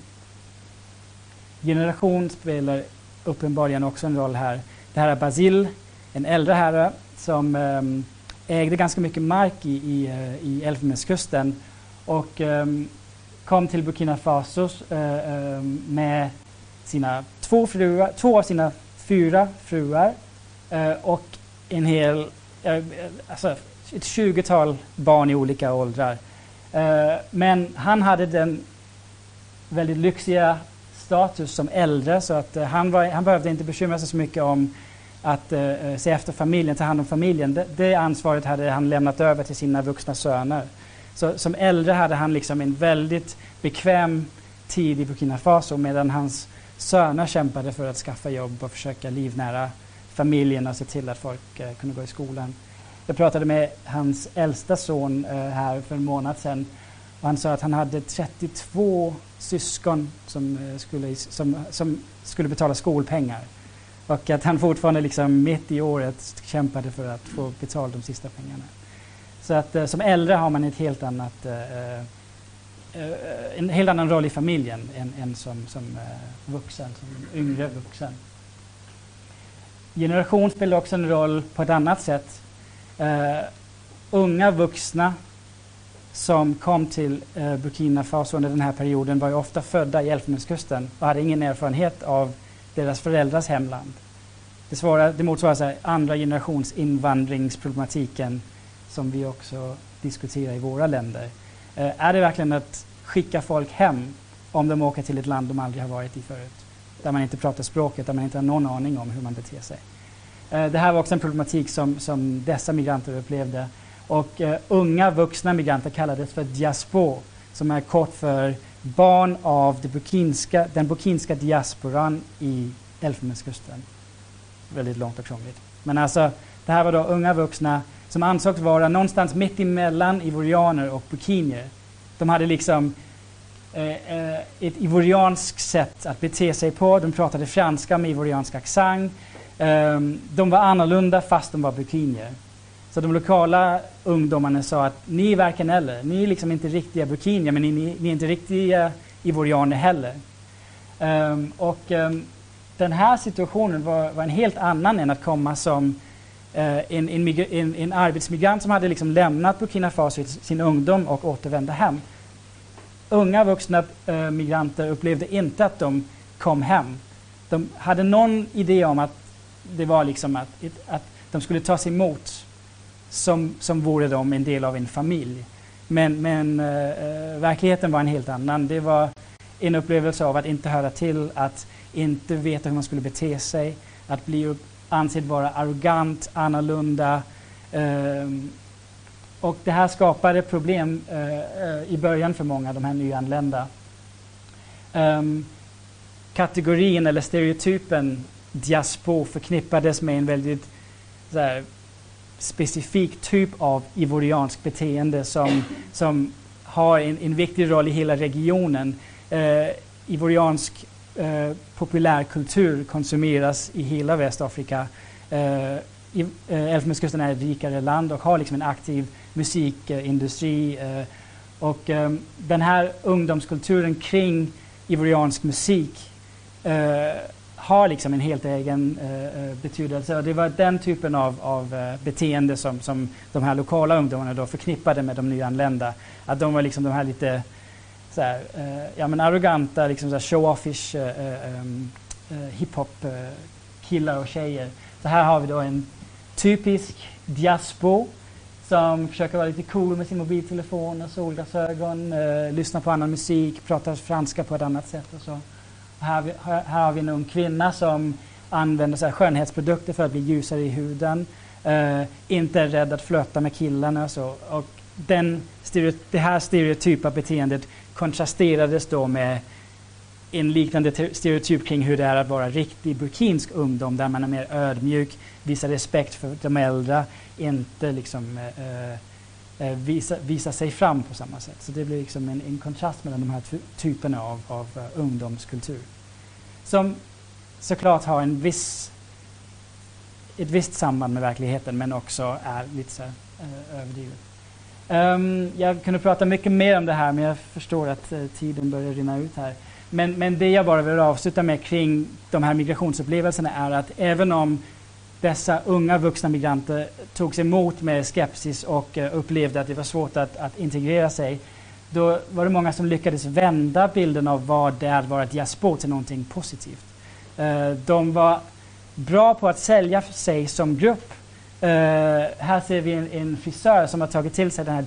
[SPEAKER 2] Generation spelar uppenbarligen också en roll här. Det här är Basil, en äldre herre som um, ägde ganska mycket mark i, i, i Elfenbenskusten och um, kom till Burkina Faso uh, um, med sina två fruar, två av sina fyra fruar uh, och en hel, uh, alltså ett tjugotal barn i olika åldrar. Uh, men han hade den väldigt lyxiga status som äldre så att uh, han, var, han behövde inte bekymra sig så mycket om att uh, se efter familjen, ta hand om familjen. Det, det ansvaret hade han lämnat över till sina vuxna söner. Så som äldre hade han liksom en väldigt bekväm tid i Burkina Faso medan hans söner kämpade för att skaffa jobb och försöka livnära familjen och se till att folk uh, kunde gå i skolan. Jag pratade med hans äldsta son uh, här för en månad sedan och han sa att han hade trettiotvå syskon som, uh, skulle, som, som skulle betala skolpengar. Och att han fortfarande liksom mitt i året kämpade för att få betala de sista pengarna. Så att uh, som äldre har man ett helt annat, uh, uh, en helt annan roll i familjen än, än som, som uh, vuxen, som yngre vuxen. Generation spelar också en roll på ett annat sätt. Uh, unga vuxna som kom till uh, Burkina Faso under den här perioden var ju ofta födda i Elfenbenskusten och hade ingen erfarenhet av deras föräldrars hemland. Det, svarar, det motsvarar så här, andra generations invandringsproblematiken som vi också diskuterar i våra länder. Uh, är det verkligen att skicka folk hem om de åker till ett land de aldrig har varit i förut? Där man inte pratar språket, där man inte har någon aning om hur man beter sig. Uh, det här var också en problematik som, som dessa migranter upplevde. Och uh, unga vuxna migranter kallades för diaspor, som är kort för barn av det burkinska, den burkinska diasporan i Elfenbenskusten. Väldigt långt och krångligt. Men alltså, det här var då unga vuxna som ansågs vara någonstans mitt emellan ivorianer och burkinier. De hade liksom eh, ett ivorianskt sätt att bete sig på. De pratade franska med ivoriansk accent. Eh, de var annorlunda fast de var burkinier. Så de lokala ungdomarna sa att ni är varken eller. Ni är liksom inte riktiga burkinier, men ni, ni, ni är inte riktiga ivorianer heller. Um, och um, den här situationen var, var en helt annan än att komma som uh, en, en, en, en arbetsmigrant som hade liksom lämnat Burkina Faso i sin ungdom och återvände hem. Unga vuxna uh, migranter upplevde inte att de kom hem. De hade någon idé om att det var liksom att, att de skulle tas emot Som, som vore de en del av en familj. Men, men uh, verkligheten var en helt annan. Det var en upplevelse av att inte höra till, att inte veta hur man skulle bete sig, att bli upp, ansedd vara arrogant, annorlunda. Uh, och det här skapade problem uh, uh, i början för många av de här nyanlända. Um, kategorin eller stereotypen diaspor förknippades med en väldigt så här, specifik typ av ivoriansk beteende som, som har en, en viktig roll i hela regionen. Eh, ivoriansk eh, populärkultur konsumeras i hela Västafrika. Eh, i, eh, Elfenbenskusten är ett rikare land och har liksom en aktiv musikindustri. Eh, och eh, den här ungdomskulturen kring ivoriansk musik eh, har liksom en helt egen uh, betydelse. Och det var den typen av, av uh, beteende som, som de här lokala ungdomarna då förknippade med de nyanlända. Att de var liksom de här lite så här, uh, ja, men arroganta, liksom så här show-offish uh, um, uh, hiphop uh, killar och tjejer. Så här har vi då en typisk diaspor som försöker vara lite cool med sin mobiltelefon och solglasögon, uh, lyssna på annan musik, pratar franska på ett annat sätt och så. Här, här, här har vi en ung kvinna som använder så här skönhetsprodukter för att bli ljusare i huden. Uh, inte är rädd att flöta med killarna. Så. Och den stereo, det här stereotypa beteendet kontrasterades då med en liknande te- stereotyp kring hur det är att vara riktig burkinsk ungdom, där man är mer ödmjuk, visar respekt för de äldre, inte liksom uh, uh, visa, visa sig fram på samma sätt. Så det blir liksom en, en kontrast mellan de här ty- typerna av, av uh, ungdomskultur. som såklart har en viss, ett visst samband med verkligheten, men också är lite så här, uh, överdrivet. Um, jag kunde prata mycket mer om det här, men jag förstår att uh, tiden börjar rinna ut här. Men, men det jag bara vill avsluta med kring de här migrationsupplevelserna är att även om dessa unga vuxna migranter togs emot med skepsis och uh, upplevde att det var svårt att, att integrera sig, då var det många som lyckades vända bilden av vad det är att vara diaspor till någonting positivt. Uh, de var bra på att sälja sig som grupp. Uh, här ser vi en, en frisör som har tagit till sig det här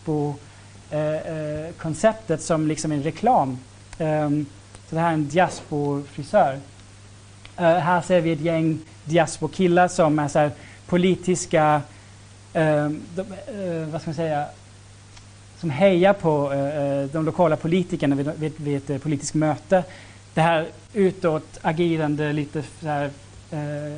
[SPEAKER 2] diaspor-konceptet uh, uh, som liksom en reklam. Um, så det här är en diaspor-frisör. Uh, här ser vi ett gäng diaspor-killar som är så här politiska, uh, de, uh, vad ska man säga, som hejar på uh, de lokala politikerna vid, vid, vid ett politiskt möte. Det här utåt agerande, lite så här, uh,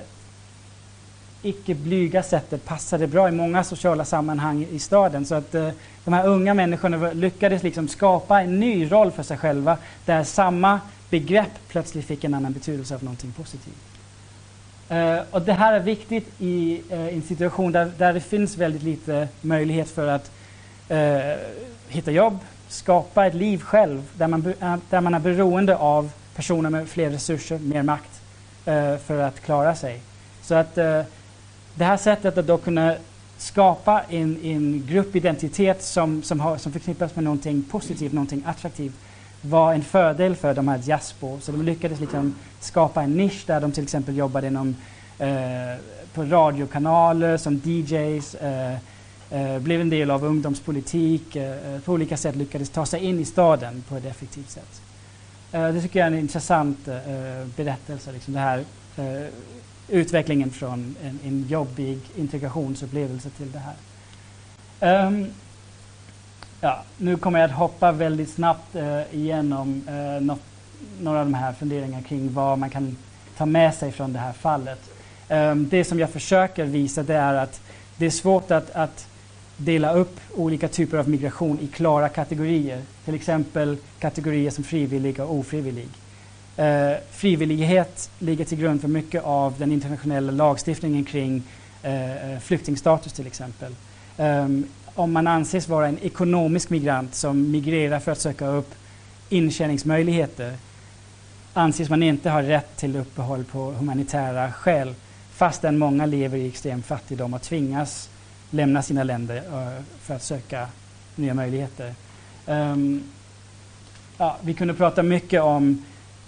[SPEAKER 2] icke blyga sättet passade bra i många sociala sammanhang i staden. Så att uh, de här unga människorna lyckades liksom skapa en ny roll för sig själva, där samma begrepp plötsligt fick en annan betydelse av någonting positivt. Uh, och det här är viktigt i uh, en situation där, där det finns väldigt lite möjlighet för att uh, hitta jobb, skapa ett liv själv, där man, uh, där man är beroende av personer med fler resurser, mer makt uh, för att klara sig. Så att uh, det här sättet att då kunna skapa en, en gruppidentitet som, som, har, som förknippas med någonting positivt, någonting attraktivt, var en fördel för de här diaspor. Så de lyckades liksom skapa en nisch där de till exempel jobbade inom, eh, på radiokanaler som D Js, eh, eh, blev en del av ungdomspolitik, eh, på olika sätt lyckades ta sig in i staden på ett effektivt sätt. Eh, det tycker jag är en intressant eh, berättelse, liksom det här eh, utvecklingen från en, en jobbig integrationsupplevelse till det här. Um, ja, nu kommer jag att hoppa väldigt snabbt uh, igenom uh, något, några av de här funderingarna kring vad man kan ta med sig från det här fallet. Um, det som jag försöker visa, det är att det är svårt att, att dela upp olika typer av migration i klara kategorier. Till exempel kategorier som frivillig och ofrivillig. Uh, frivillighet ligger till grund för mycket av den internationella lagstiftningen kring uh, flyktingstatus till exempel. Um, om man anses vara en ekonomisk migrant som migrerar för att söka upp intjäningsmöjligheter, anses man inte ha rätt till uppehåll på humanitära skäl, fastän många lever i extrem fattigdom och tvingas lämna sina länder uh, för att söka nya möjligheter. Um, ja, vi kunde prata mycket om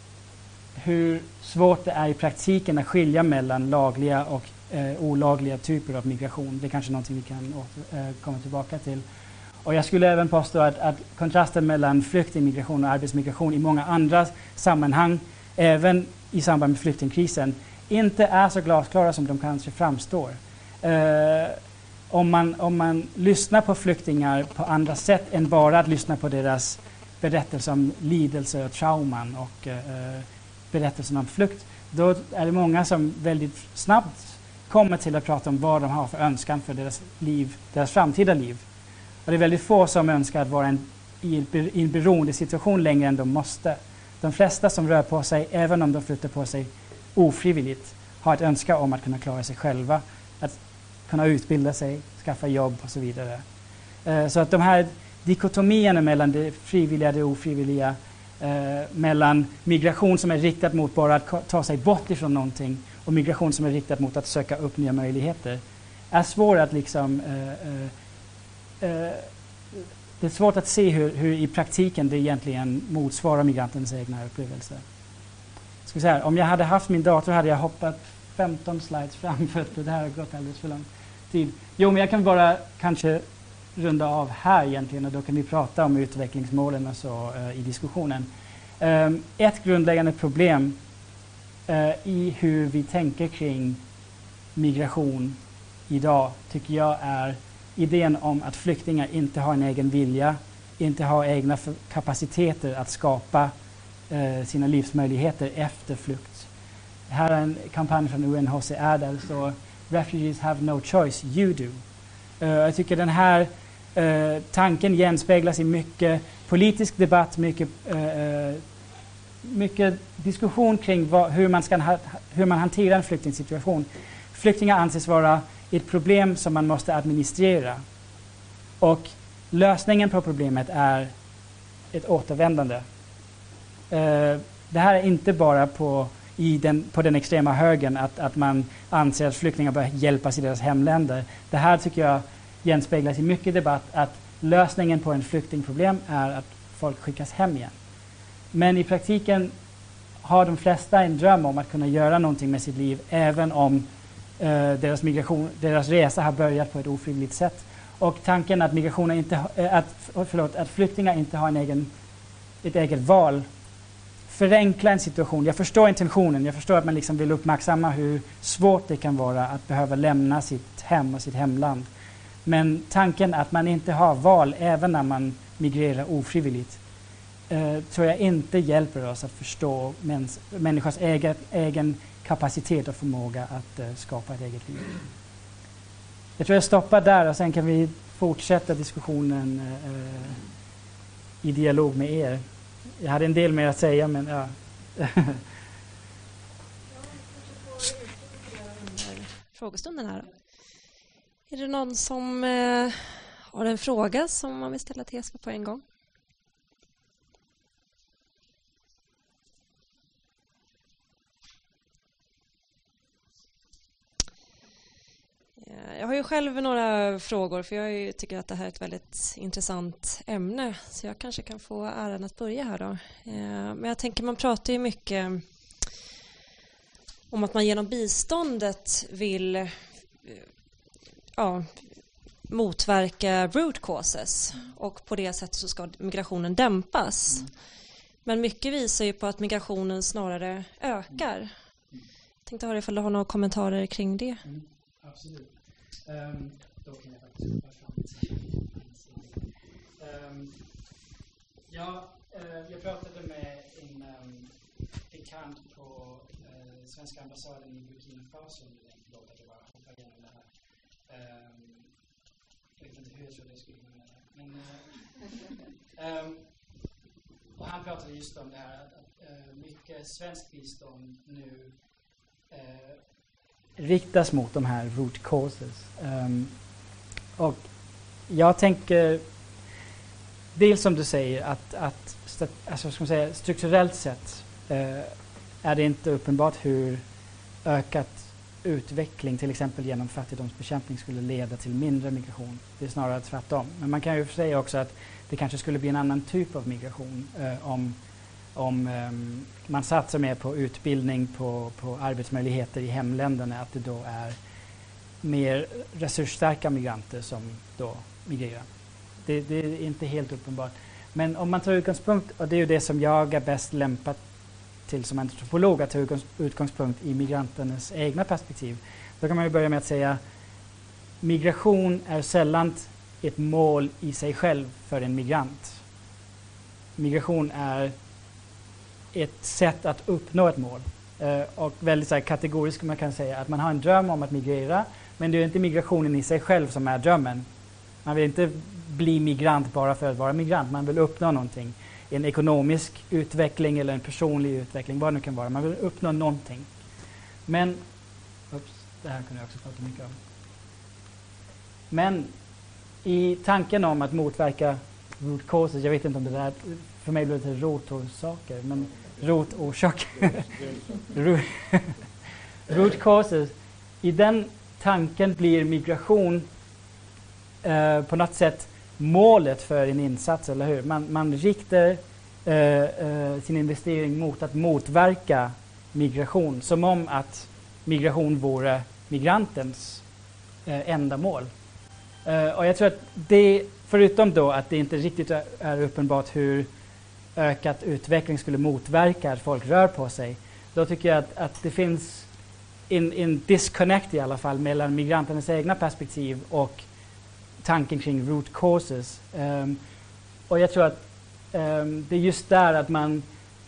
[SPEAKER 2] hur svårt det är i praktiken att skilja mellan lagliga och eh, olagliga typer av migration. Det är kanske någonting vi kan åter, eh, komma tillbaka till. Och jag skulle även påstå att, att kontrasten mellan flyktingmigration och arbetsmigration i många andra sammanhang, även i samband med flyktingkrisen, inte är så glasklara som de kanske framstår. Eh, om, man, om man lyssnar på flyktingar på andra sätt än bara att lyssna på deras berättelser om lidelse och trauman och eh, berättelsen om flykt, då är det många som väldigt snabbt kommer till att prata om vad de har för önskan för deras liv, deras framtida liv. Och det är väldigt få som önskar att vara en, i en beroende situation längre än de måste. De flesta som rör på sig, även om de flyttar på sig ofrivilligt, har ett önskan om att kunna klara sig själva, att kunna utbilda sig, skaffa jobb och så vidare. Uh, så att de här dikotomierna mellan det frivilliga och det ofrivilliga, Eh, mellan migration som är riktat mot bara att ta sig bort ifrån någonting och migration som är riktat mot att söka upp nya möjligheter, är svårt att liksom eh, eh, eh, det är svårt att se hur, hur i praktiken det egentligen motsvarar migrantens egna upplevelser. Ska vi säga, om jag hade haft min dator hade jag hoppat femton slides fram, för att det här har gått alldeles för lång tid. Jo, men jag kan bara kanske runda av här egentligen, och då kan vi prata om utvecklingsmålen och så uh, i diskussionen. Um, ett grundläggande problem uh, i hur vi tänker kring migration idag tycker jag är idén om att flyktingar inte har en egen vilja, inte har egna kapaciteter att skapa uh, sina livsmöjligheter efter flykt. Här är en kampanj från U N H C R där det står "Refugees have no choice, you do". Uh, jag tycker den här uh, tanken genspeglas i mycket politisk debatt, mycket uh, mycket diskussion kring vad, hur, man ska, ha, hur man hanterar en flyktingsituation. Flyktingar anses vara ett problem som man måste administrera. Och lösningen på problemet är ett återvändande. Uh, det här är inte bara på, i den, på den extrema högern att, att man anser att flyktingar bör hjälpas i deras hemländer. Det här tycker jag genspeglas i mycket debatt att lösningen på en flyktingproblem är att folk skickas hem igen. Men i praktiken har de flesta en dröm om att kunna göra någonting med sitt liv även om uh, deras, migration, deras resa har börjat på ett ofrivilligt sätt. Och tanken att, migrationen inte, att, förlåt, att flyktingar inte har en egen, ett eget val förenklar en situation. Jag förstår intentionen. Jag förstår att man liksom vill uppmärksamma hur svårt det kan vara att behöva lämna sitt hem och sitt hemland. Men tanken att man inte har val även när man migrerar ofrivilligt eh, tror jag inte hjälper oss att förstå mäns, människors egen, egen kapacitet och förmåga att eh, skapa ett eget liv. Jag tror jag stoppar där och sen kan vi fortsätta diskussionen eh, i dialog med er. Jag hade en del mer att säga, men ja.
[SPEAKER 3] Frågestunden här. Är det någon som eh, har en fråga som man vill ställa till Jesper på en gång? Jag har ju själv några frågor, för jag tycker att det här är ett väldigt intressant ämne. Så jag kanske kan få äran att börja här då. Men jag tänker, man pratar ju mycket om att man genom biståndet vill ja, motverka root causes. Och på det sättet så ska migrationen dämpas. Mm. Men mycket visar ju på att migrationen snarare ökar. Jag tänkte höra ifall du har några kommentarer kring det.
[SPEAKER 2] Mm, absolut. Um, då kan jag faktiskt hoppa fram. Um, ja, uh, jag pratade med en um, bekant på uh, svenska ambassaden i Burkina Faso. Förlåt att jag bara hoppar igenom det här. Um, jag vet inte hur jag trodde jag skulle kunna göra. Men, uh, um, och han pratade just om det här att, att uh, mycket svensk bistånd nu uh, riktas mot de här root causes. Um, och jag tänker dels som du säger att, att alltså, ska man säga, strukturellt sett uh, är det inte uppenbart hur ökat utveckling, till exempel genom fattigdomsbekämpning, skulle leda till mindre migration. Det är snarare tvärtom. Men man kan ju säga också att det kanske skulle bli en annan typ av migration uh, om om um, man satsar mer på utbildning, på, på arbetsmöjligheter i hemländerna, att det då är mer resursstarka migranter som då migrerar. Det, det är inte helt uppenbart. Men om man tar utgångspunkt, och det är ju det som jag är bäst lämpat till som antropolog, att ta utgångspunkt i migranternas egna perspektiv, då kan man ju börja med att säga migration är sällan ett mål i sig själv för en migrant. Migration är ett sätt att uppnå ett mål. Uh, och väldigt så här, kategoriskt man kan säga att man har en dröm om att migrera, men det är inte migrationen i sig själv som är drömmen. Man vill inte bli migrant bara för att vara migrant. Man vill uppnå någonting. En ekonomisk utveckling eller en personlig utveckling, vad det nu kan vara. Man vill uppnå någonting. Men, ups, det här kunde jag också prata mycket om. Men i tanken om att motverka root causes, jag vet inte om det där, för mig blir det rotorsaker, men rotorsaker. Root causes. I den tanken blir migration eh, på något sätt målet för en insats, eller hur? Man, man riktar eh, eh, sin investering mot att motverka migration, som om att migration vore migrantens eh, enda mål. Eh, och jag tror att det, förutom då att det inte riktigt är, är uppenbart hur ökad utveckling skulle motverka att folk rör på sig, då tycker jag att, att det finns en, en disconnect i alla fall mellan migranternas egna perspektiv och tanken kring root causes. Um, och jag tror att um, det är just där att man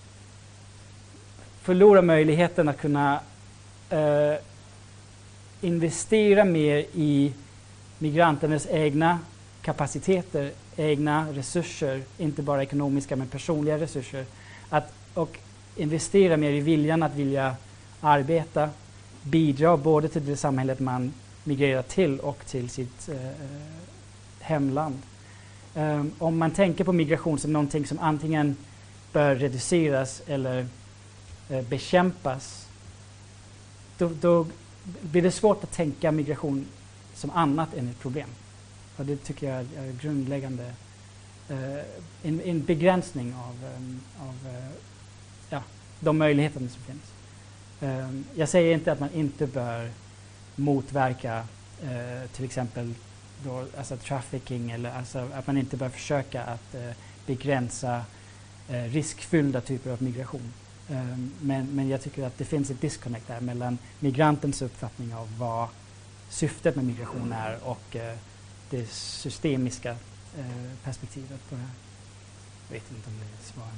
[SPEAKER 2] förlorar möjligheten att kunna uh, investera mer i migranternas egna kapaciteter, egna resurser, inte bara ekonomiska men personliga resurser. Att, och investera mer i viljan att vilja arbeta, bidra både till det samhället man migrerar till och till sitt eh, hemland. Um, om man tänker på migration som någonting som antingen bör reduceras eller eh, bekämpas, då, då blir det svårt att tänka migration som annat än ett problem. Och det tycker jag är grundläggande. Uh, en, en begränsning av, um, av uh, ja, de möjligheterna som finns. Um, jag säger inte att man inte bör motverka uh, till exempel då, alltså trafficking, eller alltså att man inte bör försöka att uh, begränsa uh, riskfyllda typer av migration. Um, men, men jag tycker att det finns ett disconnect där mellan migrantens uppfattning av vad syftet med migration är och uh, det systemiska uh, perspektivet på det här. Jag vet inte om det är svar.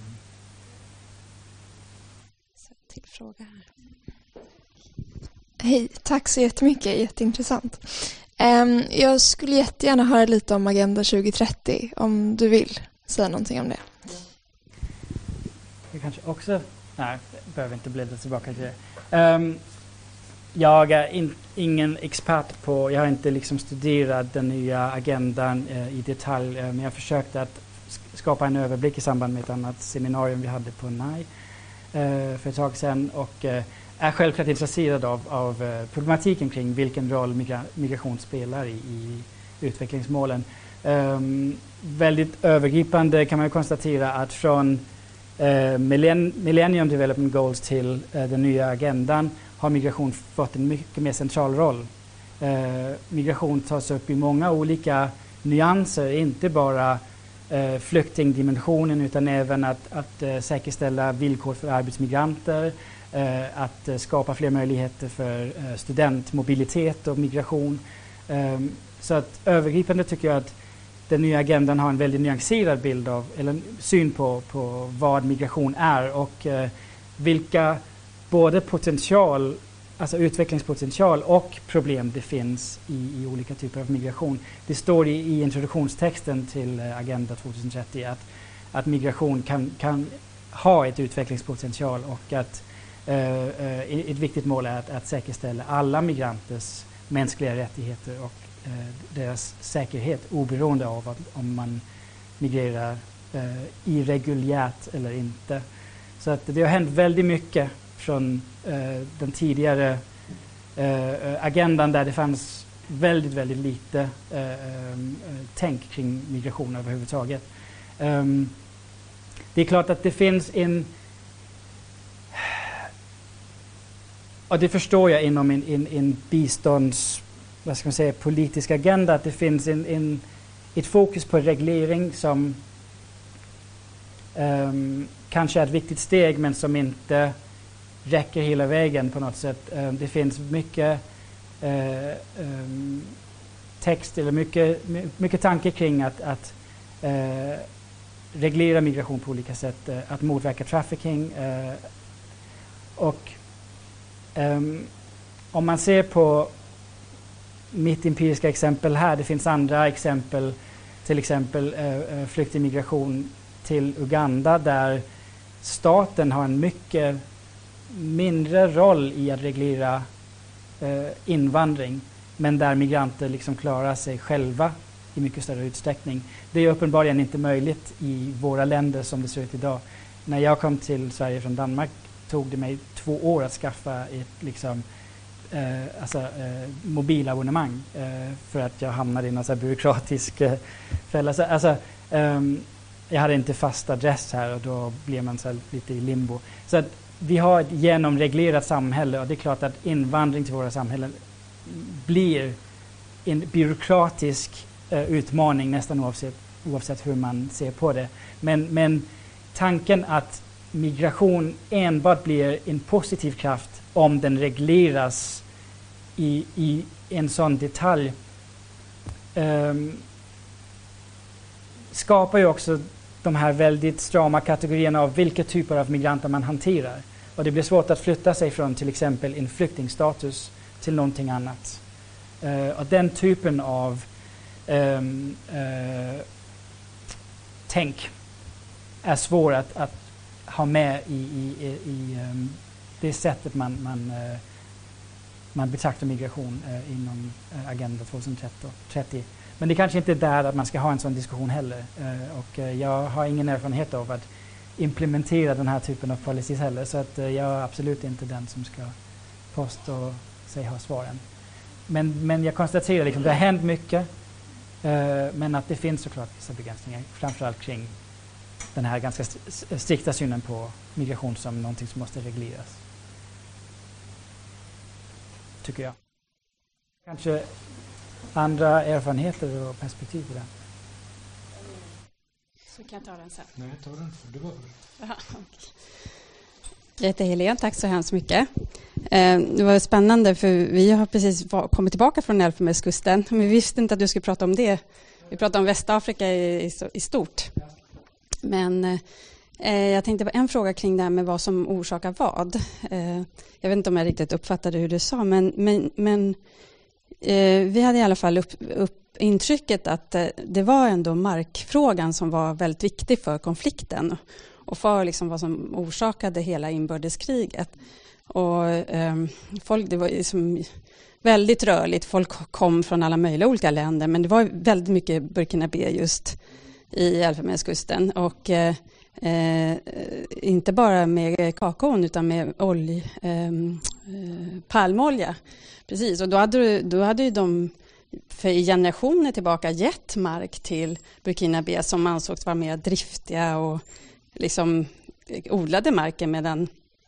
[SPEAKER 3] Till fråga här.
[SPEAKER 4] Hej, tack så jättemycket, jätteintressant. Um, jag skulle jättegärna höra lite om Agenda tjugo trettio, om du vill säga någonting om det.
[SPEAKER 2] Jag kanske också, nej, behöver inte bli tillbaka till det. Um, jag är in, ingen expert på, jag har inte liksom studerat den nya agendan uh, i detalj, uh, men jag försökte att skapa en överblick i samband med ett annat seminarium vi hade på N I uh, för ett tag sedan, och uh, är självklart intresserad av, av uh, problematiken kring vilken roll migra- migration spelar i, i utvecklingsmålen. Um, väldigt övergripande kan man konstatera att från uh, millenn- Millennium Development Goals till uh, den nya agendan har migration fått en mycket mer central roll. Uh, migration tas upp i många olika nyanser, inte bara uh, flyktingdimensionen utan även att, att uh, säkerställa villkor för arbetsmigranter, uh, att uh, skapa fler möjligheter för uh, studentmobilitet och migration. Um, så att övergripande tycker jag att den nya agendan har en väldigt nyanserad bild av, eller syn på, på vad migration är och uh, vilka både potential, alltså utvecklingspotential och problem det finns i, i olika typer av migration. Det står i, i introduktionstexten till uh, Agenda tjugo trettio att, att migration kan, kan ha ett utvecklingspotential och att uh, uh, ett viktigt mål är att, att säkerställa alla migranters mänskliga rättigheter och uh, deras säkerhet oberoende av att, om man migrerar uh, irreguljärt eller inte. Så att det har hänt väldigt mycket från uh, den tidigare uh, agendan där det fanns väldigt, väldigt lite uh, um, tänk kring migration överhuvudtaget. Um, det är klart att det finns en, och det förstår jag inom en, en, en bistånds, vad ska man säga, politisk agenda, att det finns en, en, ett fokus på reglering som um, kanske är ett viktigt steg men som inte räcker hela vägen på något sätt. Um, det finns mycket uh, um, text eller mycket, mycket tanke kring att, att uh, reglera migration på olika sätt, uh, att motverka trafficking. Uh, och um, om man ser på mitt empiriska exempel här, det finns andra exempel, till exempel uh, flyktingmigration till Uganda där staten har en mycket mindre roll i att reglera eh, invandring, men där migranter liksom klarar sig själva i mycket större utsträckning. Det är uppenbarligen inte möjligt i våra länder som det ser ut idag. När jag kom till Sverige från Danmark tog det mig två år att skaffa ett liksom, eh, alltså, eh, mobilabonnemang eh, för att jag hamnade i någon så här byråkratisk eh, fälla. Så, alltså, um, jag hade inte fast adress här och då blev man så här lite i limbo. Så att vi har ett genomreglerat samhälle och det är klart att invandring till våra samhällen blir en byråkratisk uh, utmaning nästan oavsett, oavsett hur man ser på det. Men, men tanken att migration enbart blir en positiv kraft om den regleras i, i en sån detalj um, skapar ju också de här väldigt strama kategorierna av vilka typer av migranter man hanterar. Och det blir svårt att flytta sig från till exempel en flyktingstatus till någonting annat. Uh, och den typen av um, uh, tänk är svår att, att ha med i, i, i um, det sättet man, man, uh, man betraktar migration uh, inom uh, Agenda tjugohundratrettio. Men det kanske inte är där att man ska ha en sån diskussion heller. Uh, och uh, jag har ingen erfarenhet av att implementera den här typen av policies heller. Så att uh, jag är absolut inte den som ska påstå sig ha svaren. Men, men jag konstaterar liksom, det har hänt mycket. Uh, men att det finns såklart vissa begränsningar. Framförallt kring den här ganska st- strikta synen på migration som någonting som måste regleras. Tycker jag. Kanske andra erfarenheter och perspektiv på det.
[SPEAKER 5] Så kan jag ta den sen.
[SPEAKER 6] Nej, ta den för du var
[SPEAKER 5] Aha, okay. Jag heter Helene, tack så hemskt mycket. Eh, det var spännande för vi har precis kommit tillbaka från Elfenbenskusten. Men vi visste inte att du skulle prata om det. Vi pratade om Västafrika i, i, i stort. Men eh, jag tänkte på en fråga kring det här med vad som orsakar vad. Eh, jag vet inte om jag riktigt uppfattade hur du sa, men, men, men eh, vi hade i alla fall upp, upp intrycket att eh, det var ändå markfrågan som var väldigt viktig för konflikten och för liksom vad som orsakade hela inbördeskriget. Och eh, folk, det var liksom väldigt rörligt. Folk kom från alla möjliga olika länder, men det var väldigt mycket Burkinabe just i Elfenbenskusten. Och eh, eh, inte bara med kakaon utan med olj, eh, palmolja. Precis, och då hade, då hade ju de för generationer tillbaka gett mark till Burkinabe som ansågs vara mer driftiga och liksom odlade marken medan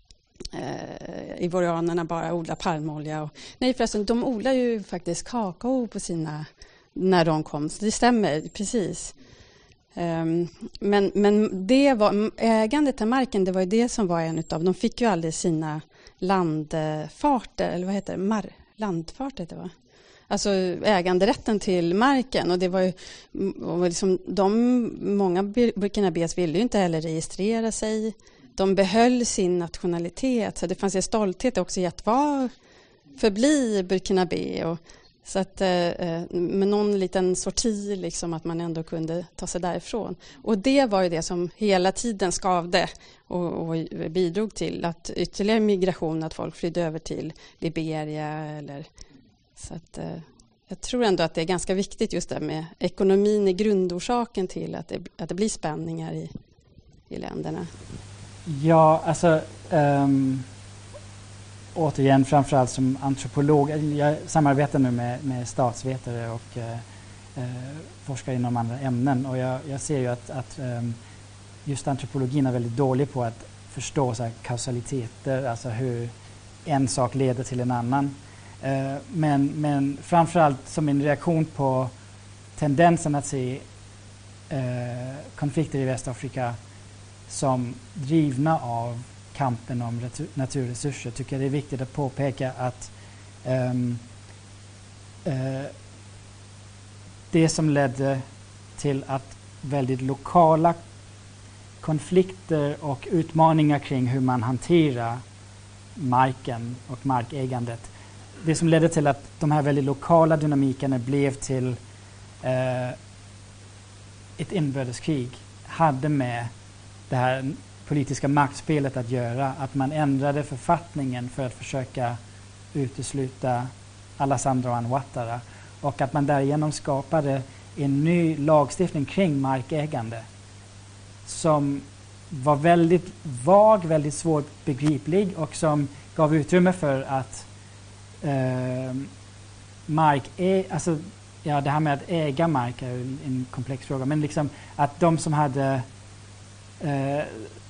[SPEAKER 5] eh, ivorianerna bara odlar palmolja. Och, nej förresten, de odlar ju faktiskt kakao på sina, när de kom, så det stämmer precis. Um, men, men det var, ägandet av marken, det var ju det som var en utav, de fick ju aldrig sina landfarter, eller vad heter det, Mar, landfarter det var. Alltså äganderätten till marken, och det var ju och liksom, de, många Burkinabes ville ju inte heller registrera sig. De behöll sin nationalitet, så det fanns en stolthet också i att vara, förbli Burkinabe, och så att eh, med någon liten sorti liksom, att man ändå kunde ta sig därifrån. Och det var ju det som hela tiden skavde och, och bidrog till att ytterligare migration, att folk flydde över till Liberia eller så att eh, jag tror ändå att det är ganska viktigt just det med ekonomin i grundorsaken till att det, att det blir spänningar i, i länderna.
[SPEAKER 2] Ja, alltså um, återigen framförallt som antropolog. Jag samarbetar nu med, med statsvetare och uh, uh, forskare inom andra ämnen, och jag, jag ser ju att, att um, just antropologin är väldigt dålig på att förstå så här, kausaliteter, alltså hur en sak leder till en annan. Uh, men, men framförallt som en reaktion på tendensen att se uh, konflikter i Västafrika som drivna av kampen om retur- naturresurser, tycker jag det är viktigt att påpeka att um, uh, det som ledde till att väldigt lokala konflikter och utmaningar kring hur man hanterar marken och markägandet, det som ledde till att de här väldigt lokala dynamikerna blev till uh, ett inbördeskrig, hade med det här politiska maktspelet att göra, att man ändrade författningen för att försöka utesluta Alassandra och Ouattara, och att man därigenom skapade en ny lagstiftning kring markägande som var väldigt vag, väldigt svårbegriplig, och som gav utrymme för att eh, mark är, alltså ja, det här med att äga mark är en, en komplex fråga, men liksom att de som hade eh,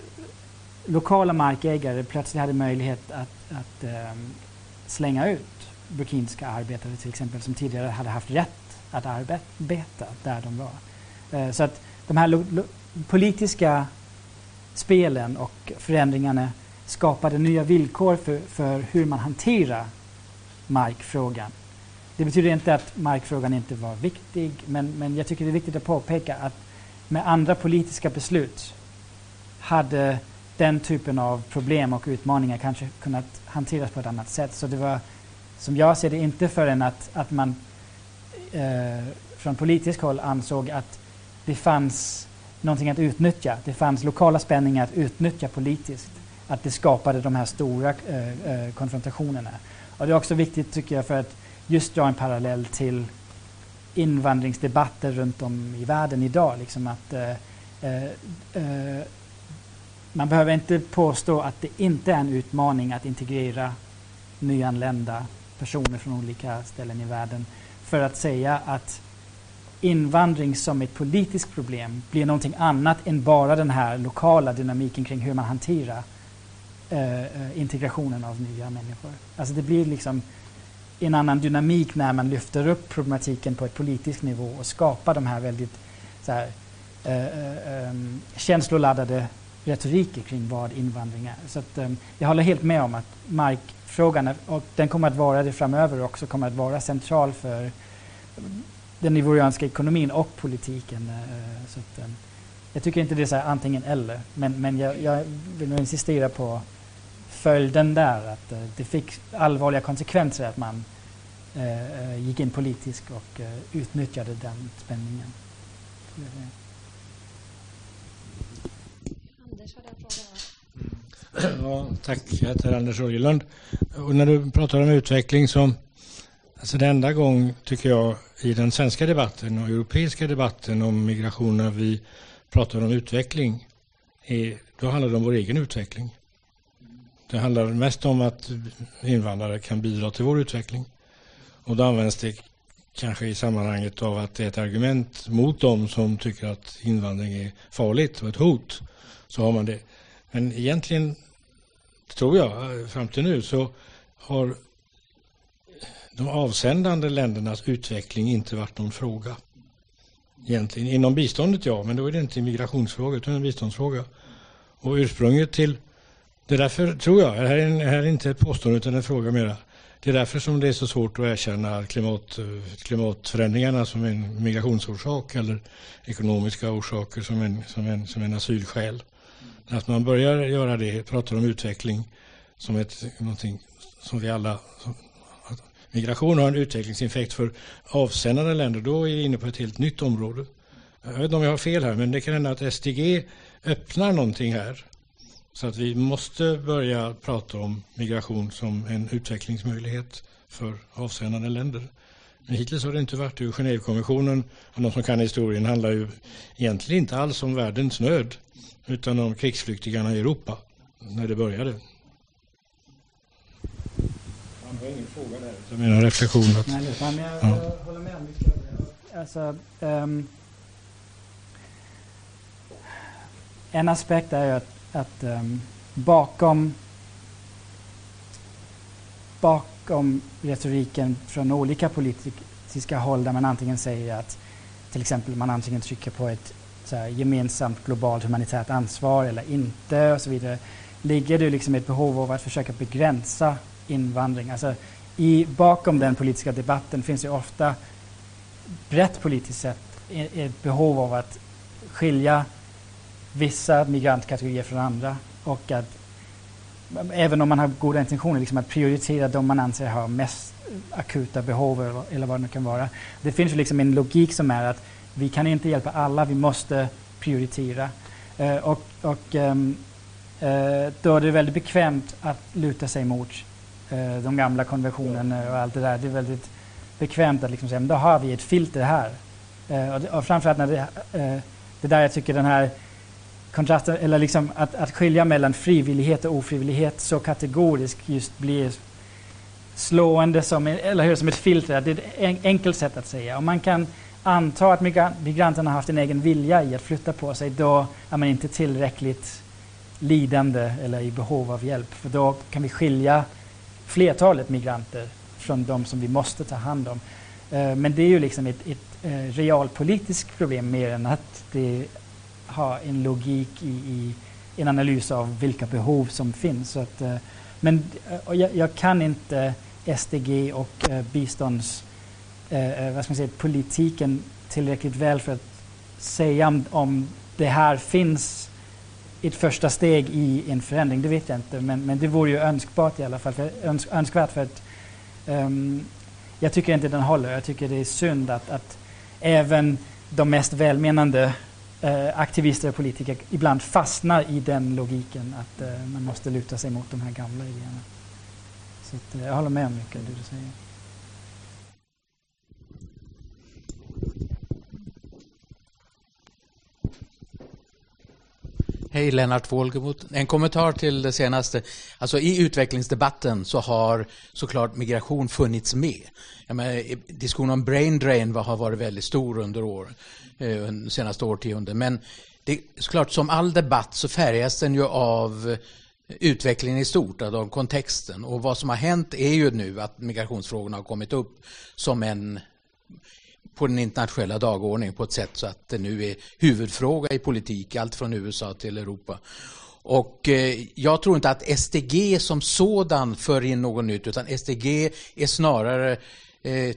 [SPEAKER 2] lokala markägare plötsligt hade möjlighet att, att um, slänga ut burkinska arbetare till exempel, som tidigare hade haft rätt att arbeta där de var. Uh, så att de här lo- lo- politiska spelen och förändringarna skapade nya villkor för, för hur man hanterar markfrågan. Det betyder inte att markfrågan inte var viktig, men, men jag tycker det är viktigt att påpeka att med andra politiska beslut hade den typen av problem och utmaningar kanske kunnat hanteras på ett annat sätt. Så det var, som jag ser det, inte förrän att, att man eh, från politiskt håll ansåg att det fanns någonting att utnyttja. Det fanns lokala spänningar att utnyttja politiskt. Att det skapade de här stora eh, eh, konfrontationerna. Och det är också viktigt tycker jag för att just dra en parallell till invandringsdebatter runt om i världen idag. Liksom att, eh, eh, eh, man behöver inte påstå att det inte är en utmaning att integrera nyanlända personer från olika ställen i världen för att säga att invandring som ett politiskt problem blir någonting annat än bara den här lokala dynamiken kring hur man hanterar eh, integrationen av nya människor. Alltså det blir liksom en annan dynamik när man lyfter upp problematiken på ett politisk nivå och skapar de här väldigt så här, eh, eh, känsloladdade retoriker kring vad invandring är. Så att, eh, jag håller helt med om att markfrågan, är, och den kommer att vara det framöver också, kommer att vara central för den ivorianska ekonomin och politiken. Eh, så att, eh, jag tycker inte det är så här antingen eller, men, men jag, jag vill nog insistera på följden där, att eh, det fick allvarliga konsekvenser att man eh, gick in politiskt och eh, utnyttjade den spänningen.
[SPEAKER 3] Anders hade en fråga.
[SPEAKER 6] Ja, tack, jag heter Anders Örjelund. Och när du pratar om utveckling som alltså det enda gång tycker jag i den svenska debatten och europeiska debatten om migration när vi pratar om utveckling är, då handlar det om vår egen utveckling. Det handlar mest om att invandrare kan bidra till vår utveckling. Och då används det kanske i sammanhanget av att det är ett argument mot dem som tycker att invandring är farligt och ett hot. Så har man det. Men egentligen tror jag fram till nu så har de avsändande ländernas utveckling inte varit någon fråga. Egentligen inom biståndet ja, men då är det inte en migrationsfråga utan en biståndsfråga. Och ursprunget till det är därför, tror jag, det här är, en, här är inte ett påstående utan en fråga mera. Det är därför som det är så svårt att erkänna klimat, klimatförändringarna som en migrationsorsak eller ekonomiska orsaker som en, som en, som en asylskäl. Att man börjar göra det, pratar om utveckling som ett, någonting som vi alla... Som, att migration har en utvecklingseffekt för avsändande länder, då är vi inne på ett helt nytt område. Jag vet inte om jag har fel här, men det kan hända att S D G öppnar någonting här. Så att vi måste börja prata om migration som en utvecklingsmöjlighet för avsändande länder. Men hittills har det inte varit. Genèvekonventionen, och de som kan historien, handlar ju egentligen inte alls om världens nöd utan om krigsflyktingarna i Europa när det började. Man har ingen fråga där. Jag menar reflektion. Att,
[SPEAKER 2] Nej, men jag,
[SPEAKER 6] ja.
[SPEAKER 2] jag håller med om det. Alltså, um, en aspekt är ju att att um, bakom bakom retoriken från olika politiska håll där man antingen säger att till exempel man antingen trycker på ett så här, gemensamt globalt humanitärt ansvar eller inte och så vidare, ligger det liksom ett behov av att försöka begränsa invandring. Alltså, i, bakom den politiska debatten finns ju ofta brett politiskt sett ett behov av att skilja vissa migrantkategorier från andra och att även om man har goda intentioner liksom att prioritera de man anser har mest akuta behov eller vad det kan vara. Det finns ju liksom en logik som är att vi kan inte hjälpa alla, vi måste prioritera. Uh, och och um, uh, då är det väldigt bekvämt att luta sig mot uh, de gamla konventionerna och allt det där. Det är väldigt bekvämt att liksom säga, men då har vi ett filter här. Uh, och, det, och framförallt när det, uh, det där jag tycker den här kontrasten, eller liksom att, att skilja mellan frivillighet och ofrivillighet så kategoriskt just blir slående som, eller hur, som ett filter. Det är ett en, enkelt sätt att säga. Om man kan anta att migranterna har haft en egen vilja i att flytta på sig, då är man inte tillräckligt lidande eller i behov av hjälp. För då kan vi skilja flertalet migranter från de som vi måste ta hand om. Uh, men det är ju liksom ett, ett uh, realpolitiskt problem mer än att det ha en logik i, i en analys av vilka behov som finns. Så att, uh, men uh, jag, jag kan inte S D G och uh, bistånds uh, vad ska man säga, politiken tillräckligt väl för att säga om, om det här finns ett första steg i en förändring. Det vet jag inte, men, men det vore ju önskbart i alla fall. För, öns, önskvärt för att um, jag tycker inte den håller. Jag tycker det är synd att, att även de mest välmenande eh, aktivister och politiker ibland fastnar i den logiken att eh, man måste luta sig mot de här gamla idéerna. Så att, eh, jag håller med om mycket av det du säger.
[SPEAKER 7] Hej, Lennart Wolgemot. En kommentar till det senaste. Alltså i utvecklingsdebatten så har såklart migration funnits med. Jag menar, diskussionen om brain drain har varit väldigt stor under år, eh, senaste årtionden. Men det är såklart, som all debatt så färgas den ju av utvecklingen i stort, av kontexten. Och vad som har hänt är ju nu att migrationsfrågorna har kommit upp som en på den internationella dagordningen på ett sätt så att det nu är huvudfråga i politik, allt från U S A till Europa. Och eh, jag tror inte att S D G som sådan för in något nytt, utan S D G är snarare eh,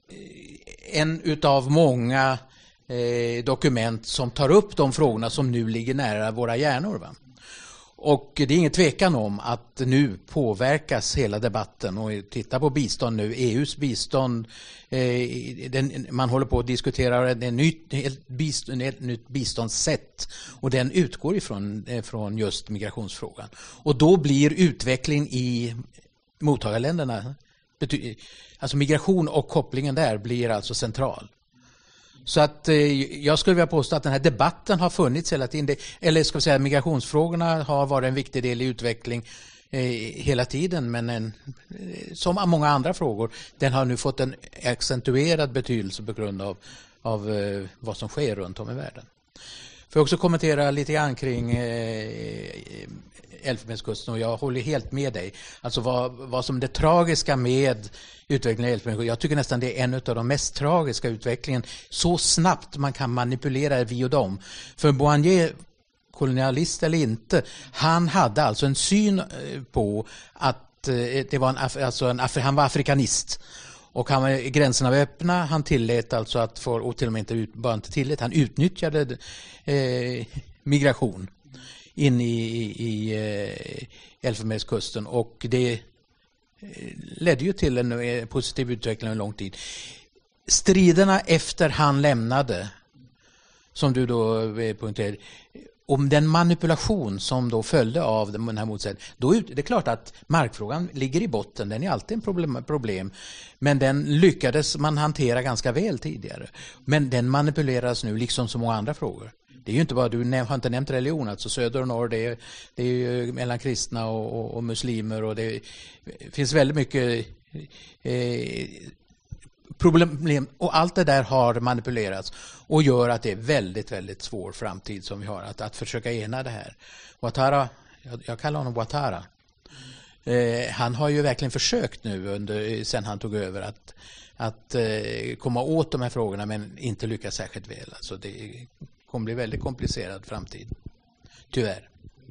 [SPEAKER 7] en utav många eh, dokument som tar upp de frågorna som nu ligger nära våra hjärnor, va? Och det är ingen tvekan om att nu påverkas hela debatten, och titta på bistånd nu, E U:s bistånd, eh, den, man håller på att diskutera ett nytt, ett bistånd, ett nytt biståndssätt, och den utgår ifrån eh, från just migrationsfrågan. Och då blir utveckling i mottagarländerna, bety- alltså migration och kopplingen där blir alltså central. Så att eh, jag skulle vilja påstå att den här debatten har funnits hela tiden. Det, eller ska vi säga, migrationsfrågorna har varit en viktig del i utveckling eh, hela tiden. Men en, eh, som många andra frågor, den har nu fått en accentuerad betydelse på grund av, av eh, vad som sker runt om i världen. Får jag också kommentera lite grann kring eh, Elfenbenskusten, och jag håller helt med dig. Alltså vad, vad som är det tragiska med utvecklingen i Elfenbenskusten. Jag tycker nästan det är en av de mest tragiska utvecklingen. Så snabbt man kan manipulera vi och dem. För Boignet, kolonialist eller inte, han hade alltså en syn på att det var en, alltså en, han var afrikanist. Och han var, gränserna var öppna, han tillät alltså att, för, och till och med inte, ut, bara inte tillät, han utnyttjade eh, migration in i, i, i eh, Elfenbenskusten, och det ledde ju till en eh, positiv utveckling en lång tid. Striderna efter han lämnade, som du då eh, poängterade, om den manipulation som då följde av den här motsättningen, då är det klart att markfrågan ligger i botten, den är alltid en problem, problem, men den lyckades man hantera ganska väl tidigare. Men den manipuleras nu liksom så många andra frågor. Det är ju inte bara, du näm- har inte nämnt religion, alltså söder och norr, det är, det är ju mellan kristna och, och, och muslimer, och det finns väldigt mycket eh, problem, och allt det där har manipulerats och gör att det är väldigt, väldigt svår framtid som vi har att, att försöka ena det här. Ouattara, jag, jag kallar honom Ouattara, eh, han har ju verkligen försökt nu under, sen han tog över att, att eh, komma åt de här frågorna, men inte lyckas särskilt väl. Alltså det kommer bli väldigt komplicerad framtid, tyvärr.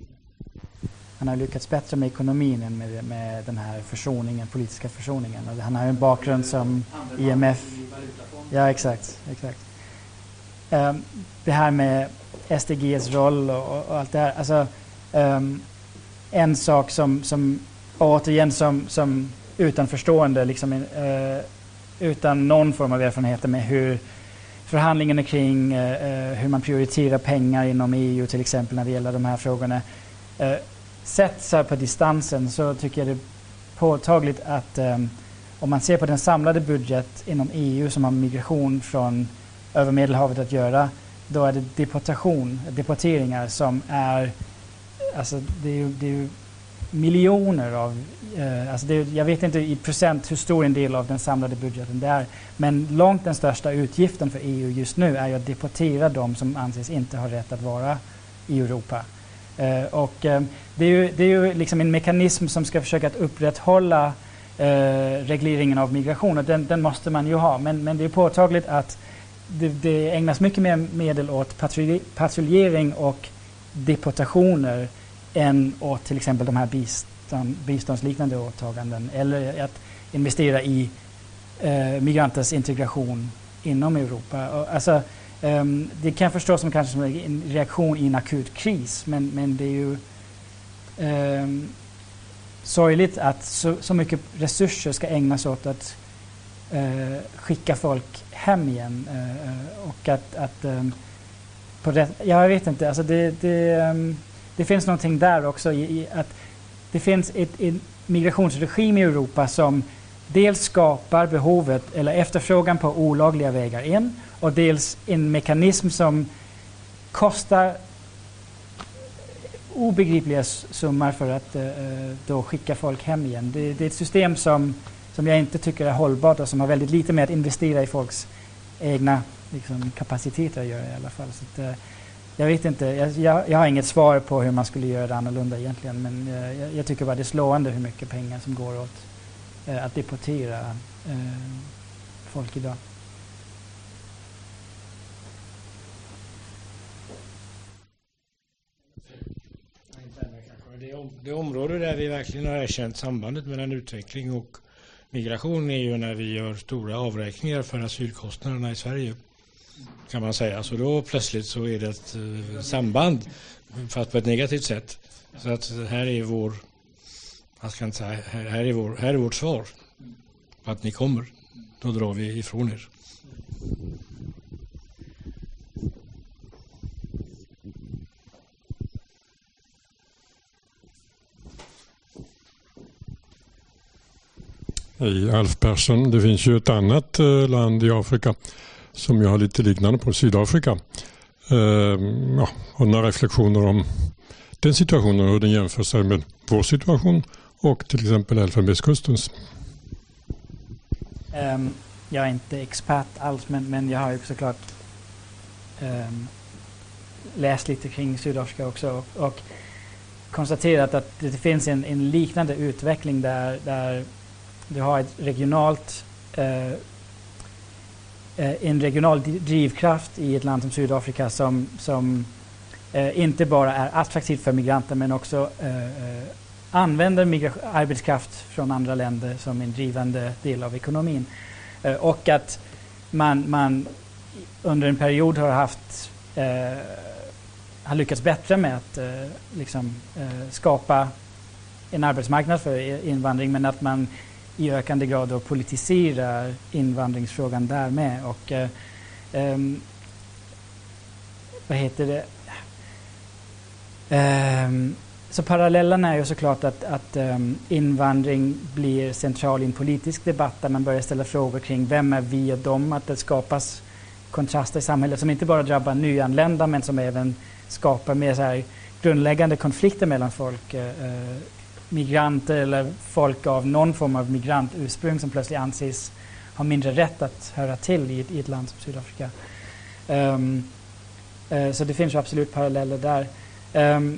[SPEAKER 2] Han har lyckats bättre med ekonomin än med, med den här försoningen, politiska försoningen. Och han har en bakgrund som I M F. Ja, exakt. exakt. Um, det här med S D G:s roll och, och allt det här. Alltså, um, en sak som, som återigen som, som utanförstående, liksom, uh, utan någon form av erfarenhet med hur förhandlingarna kring uh, hur man prioriterar pengar inom E U till exempel när det gäller de här frågorna. Uh, Sett så här på distansen så tycker jag det är påtagligt att um, om man ser på den samlade budget inom E U som har migration från över Medelhavet att göra, då är det deportation, deporteringar som är, alltså det är ju, det är ju miljoner av, uh, alltså det är, jag vet inte i procent hur stor en del av den samlade budgeten det är, men långt den största utgiften för E U just nu är ju att deportera de som anses inte ha rätt att vara i Europa. Uh, och uh, det är ju, det är ju liksom en mekanism som ska försöka att upprätthålla uh, regleringen av migration, och den, den måste man ju ha, men, men det är påtagligt att det, det ägnas mycket mer medel åt patrull- patrullering och deportationer än åt till exempel de här bistånd, biståndsliknande åtaganden, eller att investera i uh, migranters integration inom Europa. Och, alltså, Um, det kan jag förstå som kanske som en reaktion i en akut kris, men, men det är ju um, sorgligt att så, så mycket resurser ska ägnas åt att uh, skicka folk hem igen, uh, och att, att um, på rätt, jag vet inte, alltså det, det, um, det finns någonting där också i, i att det finns ett, ett migrationsregim i Europa som dels skapar behovet eller efterfrågan på olagliga vägar in och dels en mekanism som kostar obegripliga summor för att uh, då skicka folk hem igen. Det, det är ett system som, som jag inte tycker är hållbart och som har väldigt lite med att investera i folks egna liksom, kapaciteter att göra i alla fall. Så att, uh, jag vet inte, jag, jag, jag har inget svar på hur man skulle göra det annorlunda egentligen, men uh, jag, jag tycker bara det är slående hur mycket pengar som går åt uh, att deportera uh, folk idag.
[SPEAKER 6] Det, om, det område där vi verkligen har erkänt sambandet mellan utveckling och migration är ju när vi gör stora avräkningar för asylkostnaderna i Sverige, kan man säga. Så då plötsligt så är det ett uh, samband, fast på ett negativt sätt. Så att här är vår, jag ska inte säga, här, här, är vår, här är vårt svar på att ni kommer. Då drar vi ifrån er.
[SPEAKER 8] Hej, Alf Persson. Det finns ju ett annat eh, land i Afrika som jag har lite liknande på, Sydafrika. Eh, ja, och några reflektioner om den situationen och hur den jämför sig med vår situation och till exempel Elfenbenskustens.
[SPEAKER 2] Um, jag är inte expert alls, men, men jag har ju såklart um, läst lite kring Sydafrika också och, och konstaterat att det finns en, en liknande utveckling där, där du har ett regionalt, eh, en regional drivkraft i ett land som Sydafrika som, som eh, inte bara är attraktivt för migranter men också eh, använder migra- arbetskraft från andra länder som en drivande del av ekonomin. Eh, och att man, man under en period har haft eh, har lyckats bättre med att eh, liksom, eh, skapa en arbetsmarknad för invandring, men att man i ökande grad då politiserar invandringsfrågan där med. Och eh, um, vad heter det? Um, så parallellen är ju såklart att, att um, invandring blir central i en politisk debatt där man börjar ställa frågor kring vem är vi och dem, att det skapas kontraster i samhället som inte bara drabbar nyanlända men som även skapar mer så här grundläggande konflikter mellan folk. Uh, migranter eller folk av någon form av migrantursprung som plötsligt anses ha mindre rätt att höra till i ett, i ett land som Sydafrika. Um, uh, så det finns ju absolut paralleller där. Um,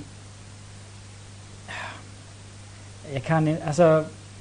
[SPEAKER 2] jag kan alltså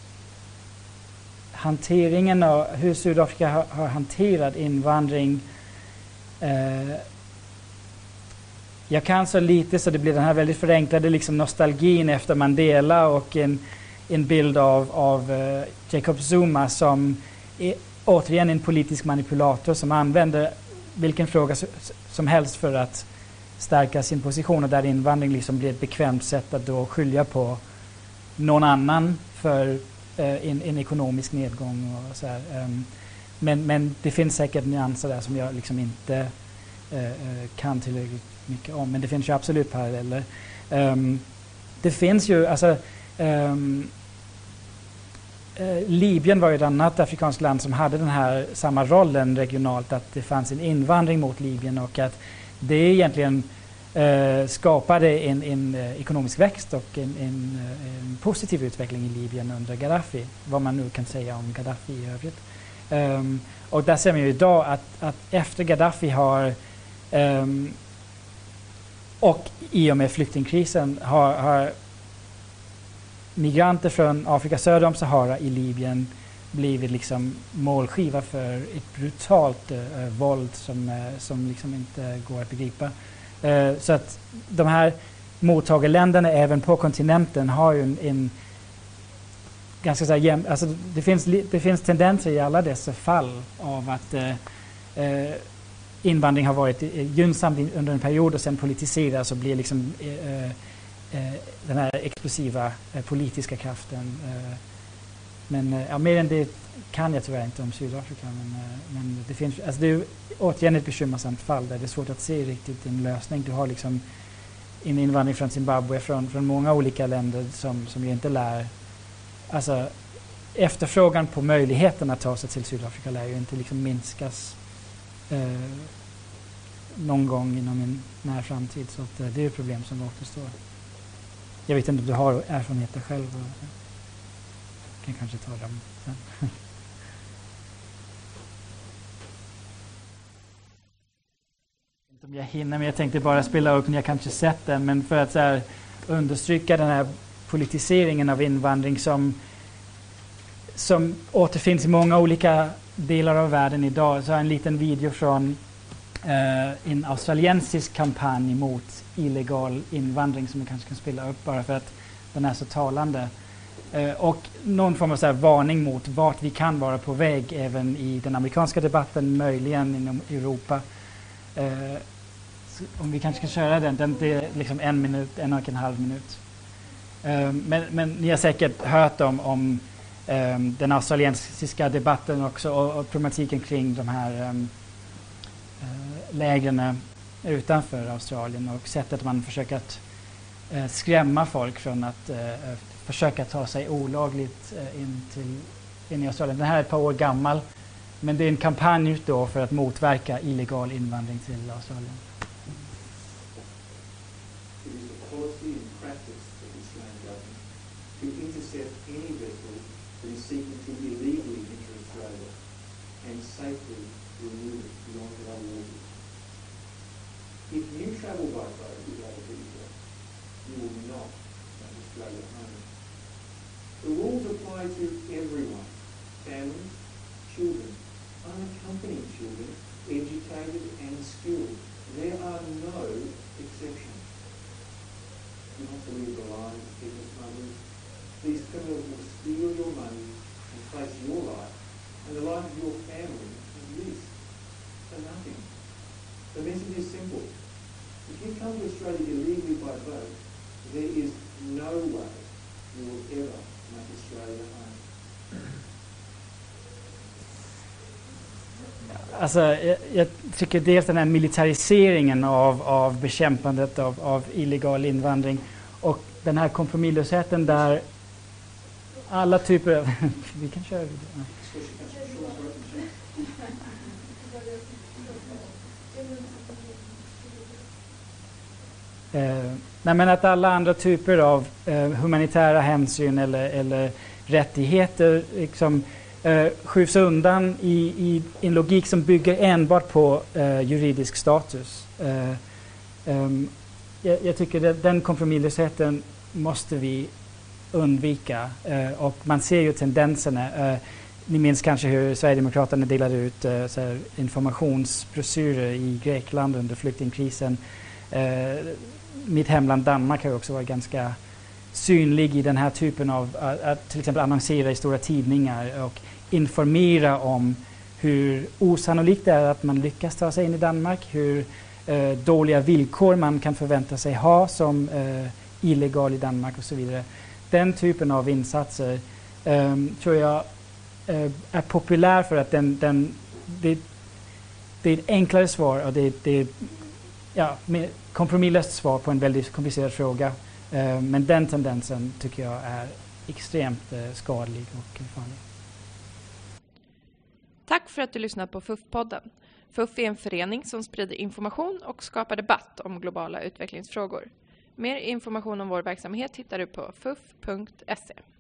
[SPEAKER 2] hanteringen av hur Sydafrika har, har hanterat invandring. Uh, Jag kan så lite så det blir den här väldigt förenklade liksom nostalgin efter Mandela och en, en bild av, av uh, Jacob Zuma som är återigen en politisk manipulator som använder vilken fråga som helst för att stärka sin position, och där invandring liksom blir ett bekvämt sätt att då skilja på någon annan för uh, en, en ekonomisk nedgång och så här. Um, men, men det finns säkert nyanser där som jag liksom inte uh, kan tillräckligt mycket om, men det finns ju absolut paralleller. Um, det finns ju, alltså um, uh, Libyen var ju ett annat afrikanskt land som hade den här samma rollen regionalt, att det fanns en invandring mot Libyen och att det egentligen uh, skapade en, en uh, ekonomisk växt och en, en, uh, en positiv utveckling i Libyen under Gaddafi, vad man nu kan säga om Gaddafi i övrigt. Um, och där ser man ju idag att, att efter Gaddafi har um, och i och med flyktingkrisen har, har migranter från Afrika söder om Sahara i Libyen blivit liksom målskiva för ett brutalt uh, våld som, uh, som liksom inte går att begripa. Uh, så att de här mottagarländerna även på kontinenten har ju en, en ganska så här jäm, alltså det finns, det finns tendenser i alla dessa fall av att uh, uh, invandring har varit gynnsam under en period och sen politiseras och blir liksom eh, eh, den här explosiva eh, politiska kraften. Eh, men eh, ja, mer än det kan jag tyvärr inte om Sydafrika, men, men det finns, alltså det är återigen ett bekymmersamt fall där det är svårt att se riktigt en lösning. Du har liksom en invandring från Zimbabwe, från, från många olika länder som, som ju inte lär, alltså efterfrågan på möjligheten att ta sig till Sydafrika lär ju inte liksom minskas eh, någon gång inom en när framtid, så att, eh, det är ett problem som återstår. Jag vet inte om du har erfarenheter själv, och, kan kanske ta dem sen. Om jag hinner, men jag tänkte bara spela upp, ni har kanske sett den, men för att så här, understryka den här politiseringen av invandring som, som återfinns i många olika delar av världen idag, så har en liten video från eh, en australiensisk kampanj mot illegal invandring som jag kanske kan spela upp bara för att den är så talande. Eh, och någon form av så här varning mot vart vi kan vara på väg även i den amerikanska debatten, möjligen inom Europa. Eh, om vi kanske kan köra den, den det är liksom en minut, en och en halv minut. Eh, men, men ni har säkert hört om, om eh, den australiensiska debatten också, och, och problematiken kring de här um, eh, lägren utanför Australien och sättet man försöker att eh, skrämma folk från att eh, försöka ta sig olagligt eh, in, till, in i Australien. Den här är ett par år gammal, men det är en kampanj då för att motverka illegal invandring till Australien.
[SPEAKER 9] To intercept any vessel that is seeking to illegally enter Australia and safely remove it beyond our waters. If you travel by boat without a visa, you will not make Australia home. The rules apply to everyone: families, children, unaccompanied children, educated and skilled. There are no exceptions. Do not believe the lies of people smugglers. These criminals will steal your money and place your life and the life of your family at risk for nothing. The message is simple. If you come to Australia illegally by boat, there is no way you will ever make Australia home.
[SPEAKER 2] Alltså, jag, jag tycker dels den här militariseringen av, av bekämpandet av, av illegal invandring och den här kompromisslösheten där alla typer av... Vi kan köra vidare. Eh, nej, men att alla andra typer av eh, humanitära hänsyn eller, eller rättigheter liksom, eh, skjuts undan i, i en logik som bygger enbart på eh, juridisk status. Eh, eh, jag, jag tycker att den kompromisslösheten måste vi undvika. Eh, och man ser ju tendenserna. Eh, ni minns kanske hur Sverigedemokraterna delade ut eh, så här, informationsbroschyrer i Grekland under flyktingkrisen. Eh, mitt hemland Danmark har också varit ganska synlig i den här typen av att, att till exempel annonsera i stora tidningar och informera om hur osannolikt det är att man lyckas ta sig in i Danmark, hur eh, dåliga villkor man kan förvänta sig ha som eh, illegal i Danmark och så vidare. Den typen av insatser eh, tror jag eh, är populär för att den, den, det, det är ett enklare svar och det, det ja, med kompromisslöst svar på en väldigt komplicerad fråga. Eh, men den tendensen tycker jag är extremt eh, skadlig och farlig.
[SPEAKER 1] Tack för att du lyssnat på F U F-podden. F U F är en förening som sprider information och skapar debatt om globala utvecklingsfrågor. Mer information om vår verksamhet hittar du på f u f punkt se.